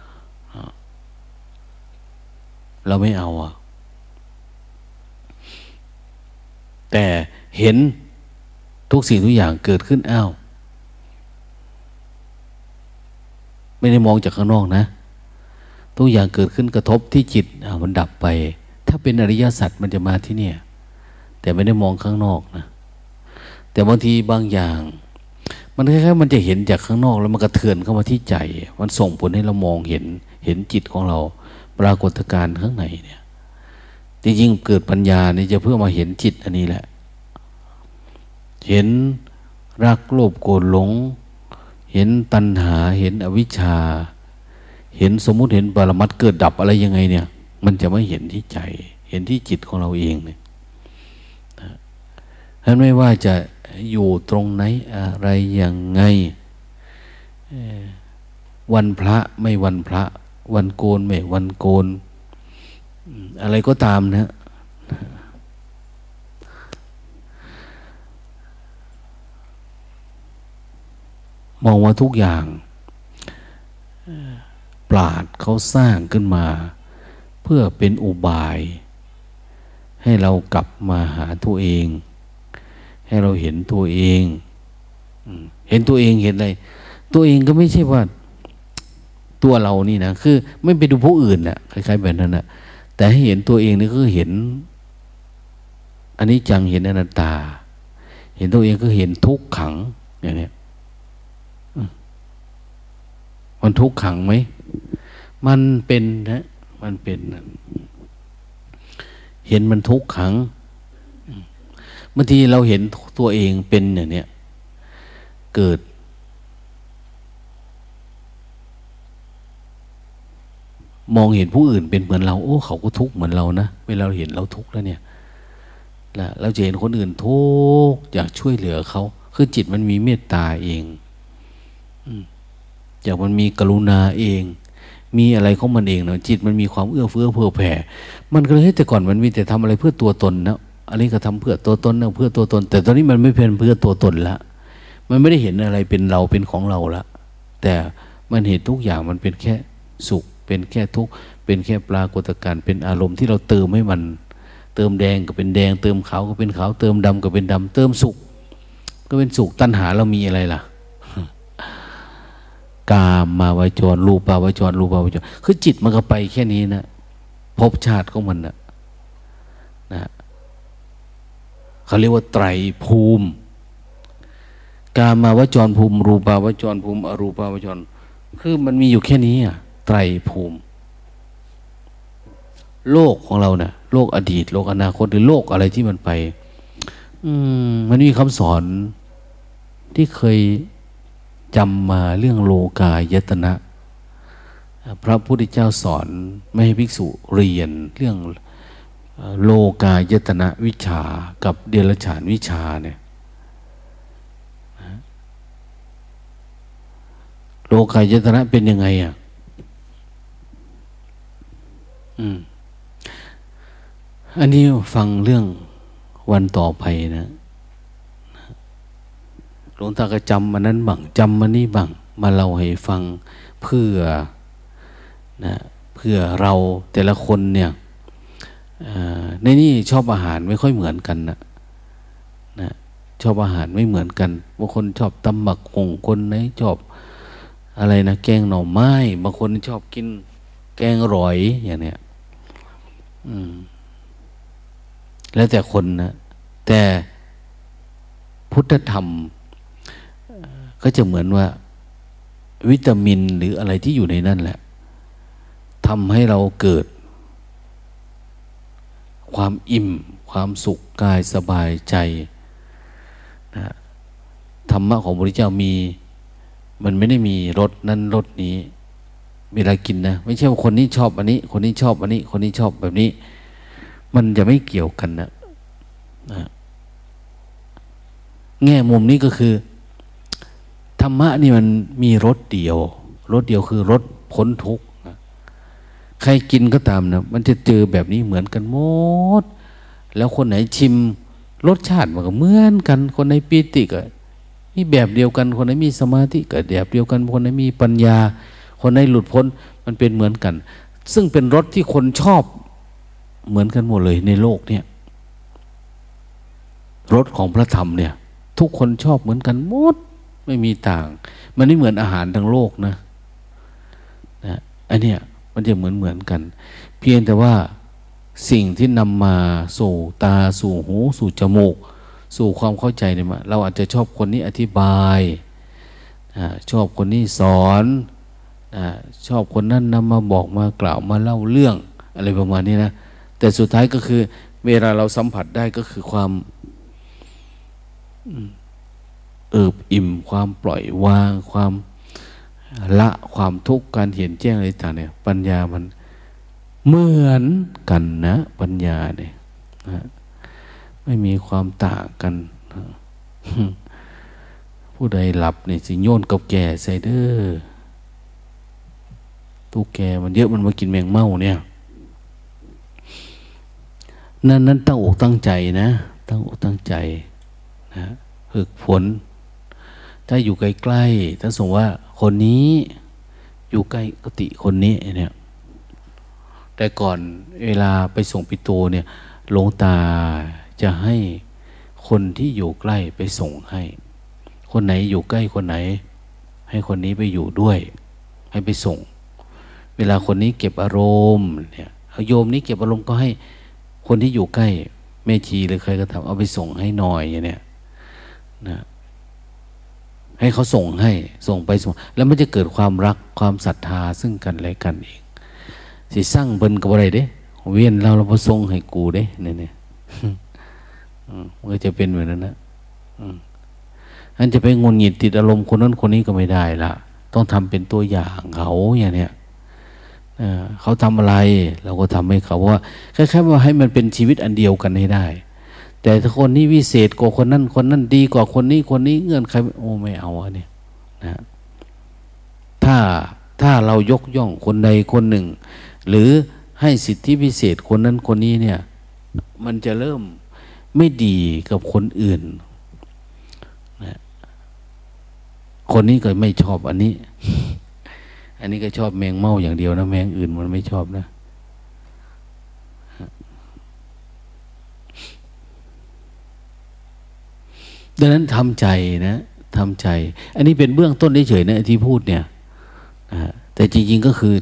เราไม่เอาอ่ะแต่เห็นทุกสิ่งทุกอย่างเกิดขึ้นอ้าวไม่ได้มองจากข้างนอกนะทุกอย่างเกิดขึ้นกระทบที่จิตอ้าวมันดับไปถ้าเป็นอริยสัจมันจะมาที่เนี่ยแต่ไม่ได้มองข้างนอกนะแต่บางทีบางอย่างมันคล้ายๆมันจะเห็นจากข้างนอกแล้วมันกระเทือนเข้ามาที่ใจมันส่งผลให้เรามองเห็นเห็นจิตของเราปรากฏการณ์ข้างในเนี่ยจริงๆเกิดปัญญานี่จะเพื่อมาเห็นจิตอันนี้แหละเห็นรักโลภโกรธหลงเห็นตัณหาเห็นอวิชชาเห็นสมมุติเห็นปรมัตถ์เกิดดับอะไรยังไงเนี่ยมันจะไม่เห็นที่ใจเห็นที่จิตของเราเองเนี่ยฉะนั้นไม่ว่าจะอยู่ตรงไหนอะไรยังไงวันพระไม่วันพระวันโกนไม่วันโกนอะไรก็ตามนะมองว่าทุกอย่างปราชญ์เขาสร้างขึ้นมาเพื่อเป็นอุบายให้เรากลับมาหาตัวเองให้เราเห็นตัวเองเห็นตัวเองเห็นอะไรตัวเองก็ไม่ใช่ว่าตัวเรานี่นะคือไม่ไปดูผู้อื่นนะคล้ายๆแบบนั้นนะแต่ให้เห็นตัวเองนี่ก็เห็นอันนี้จังเห็นอนัตตาเห็นตัวเองก็เห็นทุกขังอย่างนี้มันทุกขังไหมมันเป็นนะมันเป็นเห็นมันทุกขังบางทีเราเห็นตัวเองเป็นอย่างเนี้ยเกิดมองเห็นผู้อื่นเป็นเหมือนเราโอ้เขาก็ทุกข์เหมือนเรานะเวลาเราเห็นเราทุกข์แล้วเนี่ยแล้วเราจะเห็นคนอื่นทุกข์อยากช่วยเหลือเขาคือจิตมันมีเมตตาเองอยากมันมีกรุณาเองมีอะไรของมันเองเนาะจิตมันมีความเอื้อเฟื้อเผื่อแผ่มันก็เลยแต่ก่อนมันมีแต่ทำอะไรเพื่อตัวตนนะอันนี้ก็ทำเพื่อตัวตนนะเพื่อตัวตนแต่ตอนนี้มันไม่เป็นเพื่อตัวตนละมันไม่ได้เห็นอะไรเป็นเราเป็นของเราละแต่มันเห็นทุกอย่างมันเป็นแค่สุขเป็นแค่ทุกข์เป็นแค่ปรากฏการณ์เป็นอารมณ์ที่เราเติมให้มันเติมแดงก็เป็นแดงเติมขาวก็เป็นขาวเติมดำก็เป็นดำเติมสุขก็เป็นสุขตัณหาเรามีอะไรล่ะกามมาวจรรูปาวจรรูปาวจรคือจิตมันก็ไปแค่นี้นะภพชาติของมันนะนะเขาเรียกว่าไตรภูมิกามาวจรภูมิรูปาวจรภูมิอรูปาวจรคือมันมีอยู่แค่นี้อ่ะไตรภูมิโลกของเราเนี่ยโลกอดีตโลกอนาคตหรือโลกอะไรที่มันไปอืมมันมีคำสอนที่เคยจำมาเรื่องโลกายตนะพระพุทธเจ้าสอนไม่ให้ภิกษุเรียนเรื่องโลกายตนะวิชากับเดรัจฉานวิชาเนี่ยโลกายตนะเป็นยังไงอ่ะอืมอันนี้ฟังเรื่องวันต่อไปนะหลวงตาก็จำมันนั้นบ้างจำมันนี้บ้างมาเล่าให้ฟังเพื่อนะเพื่อเราแต่ละคนเนี่ยในนี่ชอบอาหารไม่ค่อยเหมือนกันนะนะชอบอาหารไม่เหมือนกันบางคนชอบตำหมักหงคนไหนชอบอะไรนะแกงหน่อไม้บางคนชอบกินแกงร่อยอย่างเนี้ยอืมแล้วแต่คนนะแต่พุทธธรรมก็จะเหมือนว่าวิตามินหรืออะไรที่อยู่ในนั่นแหละทำให้เราเกิดความอิ่มความสุขกายสบายใจนะธรรมะของพระพุทธเจ้ามีมันไม่ได้มีรสนั้นรสนี้เวลากินนะไม่ใช่ว่าคนนี้ชอบอันนี้คนนี้ชอบอันนี้คนนี้ชอบแบบนี้มันจะไม่เกี่ยวกันนะนะแง่มุมนี้ก็คือธรรมะนี่มันมีรสเดียวรสเดียวคือรสพ้นทุกข์นะใครกินก็ตามนะมันจะเจอแบบนี้เหมือนกันหมดแล้วคนไหนชิมรสชาติมันก็เหมือนกันคนไหนปีติก็มีแบบเดียวกันคนไหนมีสมาธิก็แบบเดียวกันคนไหนมีปัญญาคนไหนหลุดพ้นมันเป็นเหมือนกันซึ่งเป็นรสที่คนชอบเหมือนกันหมดเลยในโลกเนี่ยรสของพระธรรมเนี่ยทุกคนชอบเหมือนกันหมดไม่มีต่างมันไม่เหมือนอาหารทั้งโลกนะนะอันเนี้ยมันจะเหมือนเหมือนกันเพียงแต่ว่าสิ่งที่นำมาสู่ตาสู่หูสู่จมูกสู่ความเข้าใจเนี่ยมาเราอาจจะชอบคนนี้อธิบายชอบคนนี้สอนชอบคนนั้นนำมาบอกมากล่าวมาเล่าเรื่องอะไรประมาณนี้นะแต่สุดท้ายก็คือเวลาเราสัมผัสได้ก็คือความเอิบอิ่มความปล่อยวางความละความทุกข์การเห็นแจ้งอะไรต่างเนี่ยปัญญามันเหมือนกันนะปัญญาเนี่ยนะไม่มีความต่างกันผู้ใดหลับเนี่ยสิโยนกับแก่ใส่เด้อตู้แกมันเยอะมันมากินแมงเม่าเนี่ยนั่นนั้นตั้งอกตั้งใจนะตั้งอกตั้งใจนะฝึกฝนถ้าอยู่ใกล้ๆถ้าสมมติว่าคนนี้อยู่ใกล้กติคนนี้เนี่ยแต่ก่อนเวลาไปส่งปิโตเนี่ยหลวงตาจะให้คนที่อยู่ใกล้ไปส่งให้คนไหนอยู่ใกล้คนไหนให้คนนี้ไปอยู่ด้วยให้ไปส่งเวลาคนนี้เก็บอารมณ์เนี่ยโยมนี้เก็บอารมณ์ก็ให้คนที่อยู่ใกล้แม่ชีหรือใครก็ทำเอาไปส่งให้หน่อยอย่างเนี้ยนะให้เขาส่งให้ส่งไปส่งแล้วมันจะเกิดความรักความศรัทธาซึ่งกันและกันเองสิสร้างเบิ่นกับอะไรเด้เวียนเราเราพอส่งให้กูเด้เนี่ยเนี่ยมันก็จะเป็นแบบนั้นนะอันจะไปงุนหงิดติดอารมณ์คนนั้นคนนี้ก็ไม่ได้ละต้องทำเป็นตัวอย่างเขาอย่างเนี้ยเขาทำอะไรเราก็ทำให้เขาเพราะว่าคล้ายๆว่าให้มันเป็นชีวิตอันเดียวกันให้ได้แต่ถ้าคนนี้วิเศษกว่าคนนั้นคนนั้นดีกว่าคนนี้คนนี้เงื่อนใครโอ้ไม่เอาอันนี้นะถ้าถ้าเรายกย่องคนใดคนหนึ่งหรือให้สิทธิพิเศษคนนั้นคนนี้เนี่ยมันจะเริ่มไม่ดีกับคนอื่นนะคนนี้ก็ไม่ชอบอันนี้อันนี้ก็ชอบแมงเม่าอย่างเดียวนะแมงอื่นมันไม่ชอบนะดังนั้นทำใจนะทำใจอันนี้เป็นเบื้องต้นเฉยๆนะที่พูดเนี่ยนะแต่จริงๆก็คือ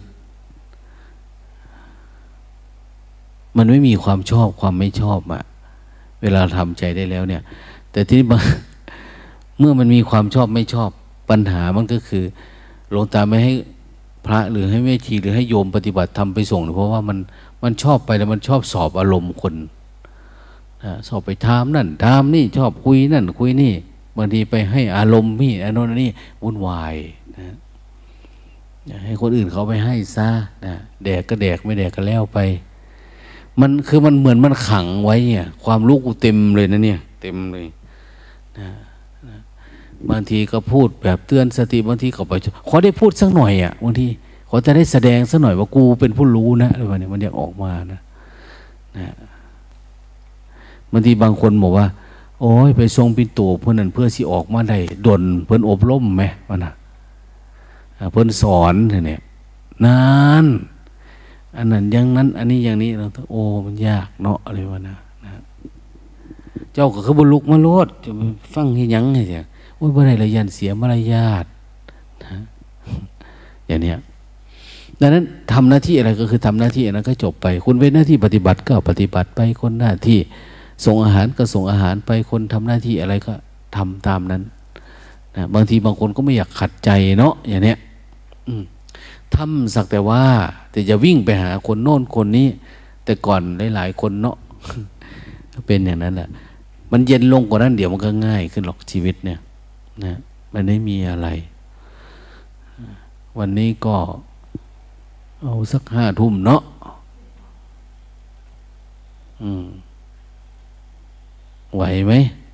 มันไม่มีความชอบความไม่ชอบอะเวลาทำใจได้แล้วเนี่ยแต่ที่บางเมื่อมันมีความชอบไม่ชอบปัญหามันก็คือหลวงตาไม่ให้พระหรือให้แม่ชีหรือให้โยมปฏิบัติธรรมไปส่งเพราะว่ามันมันชอบไปแล้วมันชอบสอบอารมณ์คนนะชอบไปถามนั่นถามนี่ชอบคุยนั่นคุยนี่บางทีไปให้อารมณ์นี่อันโน้นนี่วุ่นวายนะให้คนอื่นเขาไปให้ซะนะแดกก็แดกไม่แดกก็แล้วไปมันคือมันเหมือนมันขังไว้เนี่ยความรู้กูเต็มเลยนะเนี่ยเต็มเลยนะนะบางทีก็พูดแบบเตือนสติบางทีก็ไปขอได้พูดสักหน่อยอ่ะบางทีขอจะได้แสดงสักหน่อยว่ากูเป็นผู้รู้นะอะไรแบบนี้มันอยากออกมานะนะบางทีบางคนบอกว่าโอ้ยไปทรงปินโตเพื่อนนั่นเพื่อสิออกมาได้ดนเพื่อนอบรมไหมวะนะเพื่อนสอนเนี่ยนานอันนั้นอย่างนั้นอันนี้อย่างนี้เราต้องโอ้มันยากเนาะอะไรวะนะนะเจ้าก็คือบรรลุมาโลดจะฟังให้ยังไงเสียโอ้ยบ่ได้ละยันเสียมารยาทนะอย่างเนี้ยดังนั้นทำหน้าที่อะไรก็คือทำหน้าที่นั้นก็จบไปคุณเป็นหน้าที่ปฏิบัติก็ปฏิบัติไปคนหน้าที่ส่งอาหารก็ส่งอาหารไปคนทำหน้าที่อะไรก็ทำตามนั้นนะบางทีบางคนก็ไม่อยากขัดใจเนาะอย่างเนี้ยทำสักแต่ว่าแต่จะวิ่งไปหาคนโน้นคนนี้แต่ก่อนหลายๆคนเนาะเป็นอย่างนั้นแหละมันเย็นลงกว่านั้นเดี๋ยวมันก็ง่ายขึ้นหรอกชีวิตเนี่ยนะมันไม่มีอะไรวันนี้ก็เอาสักห้าทุ่มเนาะอืมไหวไหม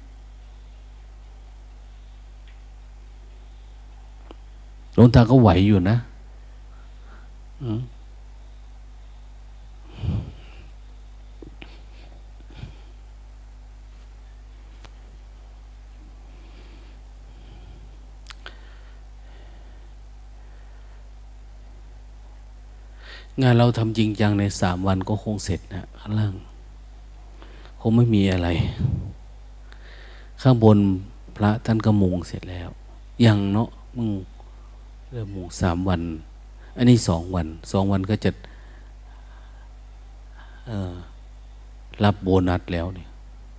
หลวงตาก็ไหวอยู่นะอืมงานเราทำจริงจังในสามวันก็คงเสร็จนะข้างล่างคงไม่มีอะไรข้างบนพระท่านก็มุงเสร็จแล้วยังเนาะมึงเริ่มมุงสามวันอันนี้สองวันสองวันก็จะเอ่อรับโบนัสแล้วเนี่ย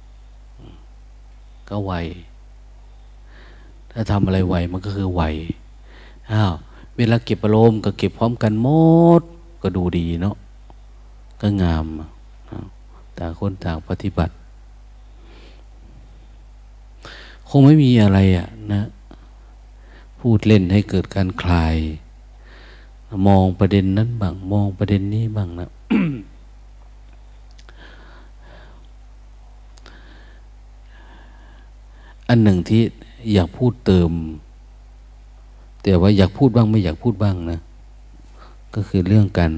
ก็ไวถ้าทำอะไรไวมันก็คือไวอ้าวเวลาเก็บอารมณ์ก็เก็บพร้อมกันหมดก็ดูดีเนาะก็งามต่างคนต่างปฏิบัติคงไม่มีอะไรอ่ะนะพูดเล่นให้เกิดการคลายมองประเด็นนั้นบ้างมองประเด็นนี้บ้างนะ อันหนึ่งที่อยากพูดเติมแต่ว่าอยากพูดบ้างไม่อยากพูดบ้างนะก็คือเรื่องการ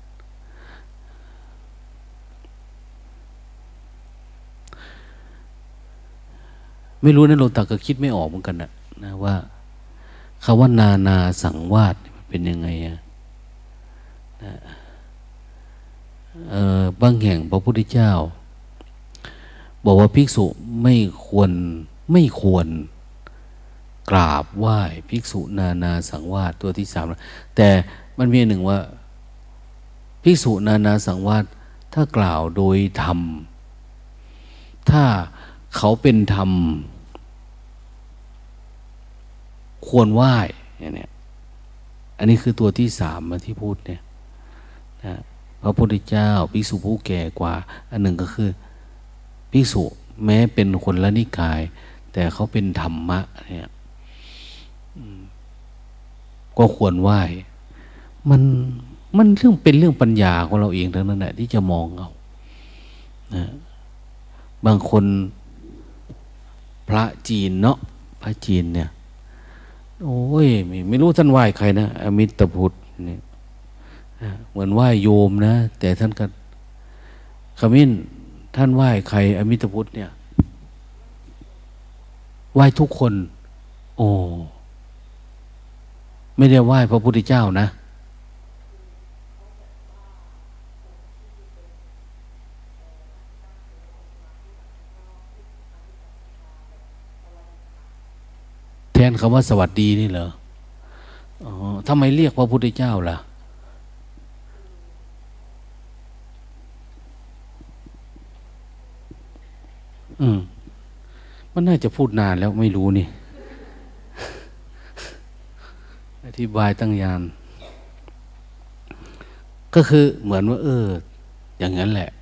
ไม่รู้นะหลวงตาก็คิดไม่ออกเหมือนกันนะนะว่าคำว่านานาสังวาสเป็นยังไงอะนะเออบางแห่งพระพุทธเจ้าบอกว่าภิกษุไม่ควรไม่ควรกราบไหว้ภิกษุนานาสังวาสตัวที่สามแต่มันมีหนึ่งว่าภิกษุนานาสังวาสถ้ากล่าวโดยธรรมถ้าเขาเป็นธรรมควรไหว้อย่างเนี้ยอันนี้คือตัวที่สามมาที่พูดเนี่ยนะพระพุทธเจ้าภิกษุผู้แก่กว่าอันหนึ่งก็คือภิกษุแม้เป็นคนละนิกายแต่เขาเป็นธรรมะเนี่ยก็ควรไหว้มันมันเรื่องเป็นเรื่องปัญญาของเราเองทั้งนั้นแหละที่จะมองเอานะบางคนพระจีนเนาะพระจีนเนี่ยโอ้ยไม่ไม่รู้ท่านไหว้ใครนะอมิตรพุทธเนี่ยเหมือนไหว้โยมนะแต่ท่านก็ขมิ้นท่านไหว้ใครอมิตรพุทธเนี่ยไหว้ทุกคนโอ้ไม่ได้ไหว้พระพุทธเจ้านะแทนคำว่าสวัสดีนี่เหรออ๋อทำไมเรียกพระพุทธเจ้าล่ะอืมมันน่าจะพูดนานแล้วไม่รู้นี่ธิบายตั้งยานก็คือเหมือนว่าเอออย่างนั้นแหละ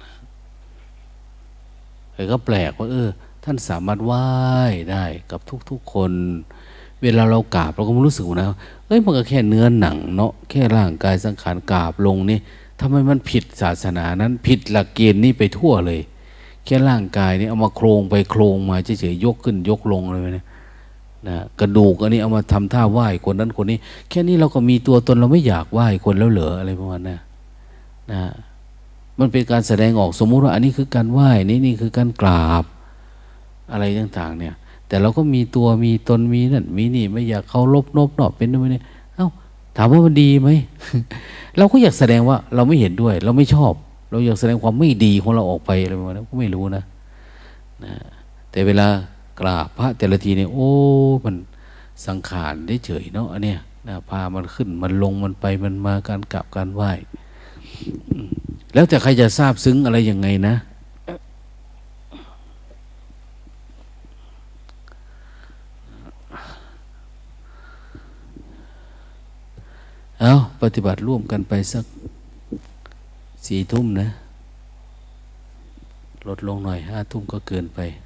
แต่ก็แปลกว่าเออท่านสามารถไหว้ได้กับทุกๆคนเวลาเรากราบเราก็ไม่รู้สึกนะเอ้ยมันก็แค่เนื้อหนังเนาะแค่ร่างกายสังขารกราบลงนี่ทำไมมันผิดศาสนานั้นผิดหลักเกณฑ์นี่ไปทั่วเลยแค่ร่างกายนี่เอามาโครงไปโครงมาเฉยๆยกขึ้นยกลงเลยนะนะกระดูกอันนี้เอามาทำท่าไหว้คนนั้นคนนี้แค่นี้เราก็มีตัวตนเราไม่อยากไหว้คนแล้วเหรออะไรประมาณนั้นนะมันเป็นการแสดงออกสมมุติว่าอันนี้คือการไหว้นี่นี่คือการกราบอะไรต่างๆเนี่ยแต่เราก็มีตัวมีตนมีนั่นมีนี่ไม่อยากเคารพนอบนอบเป็นด้วยเนี่ยเอ้าถามว่ามันดีไหม เราก็อยากแสดงว่าเราไม่เห็นด้วย เราไม่ชอบ เราอยากแสดงความไม่ดีของเราออกไปอะไรประมาณนั้นก็ไม่รู้นะนะแต่เวลากราบพระแต่ละทีเนี่ยโอ้มันสังขารได้เฉยเนาะอันเนี้ยนะพามันขึ้นมันลงมันไปมันมาการกราบการไหว้แล้วแต่ใครจะทราบซึ้งอะไรยังไงนะเอาปฏิบัติร่วมกันไปสักสี่ทุ่มนะลดลงหน่อยห้าทุ่มก็เกินไป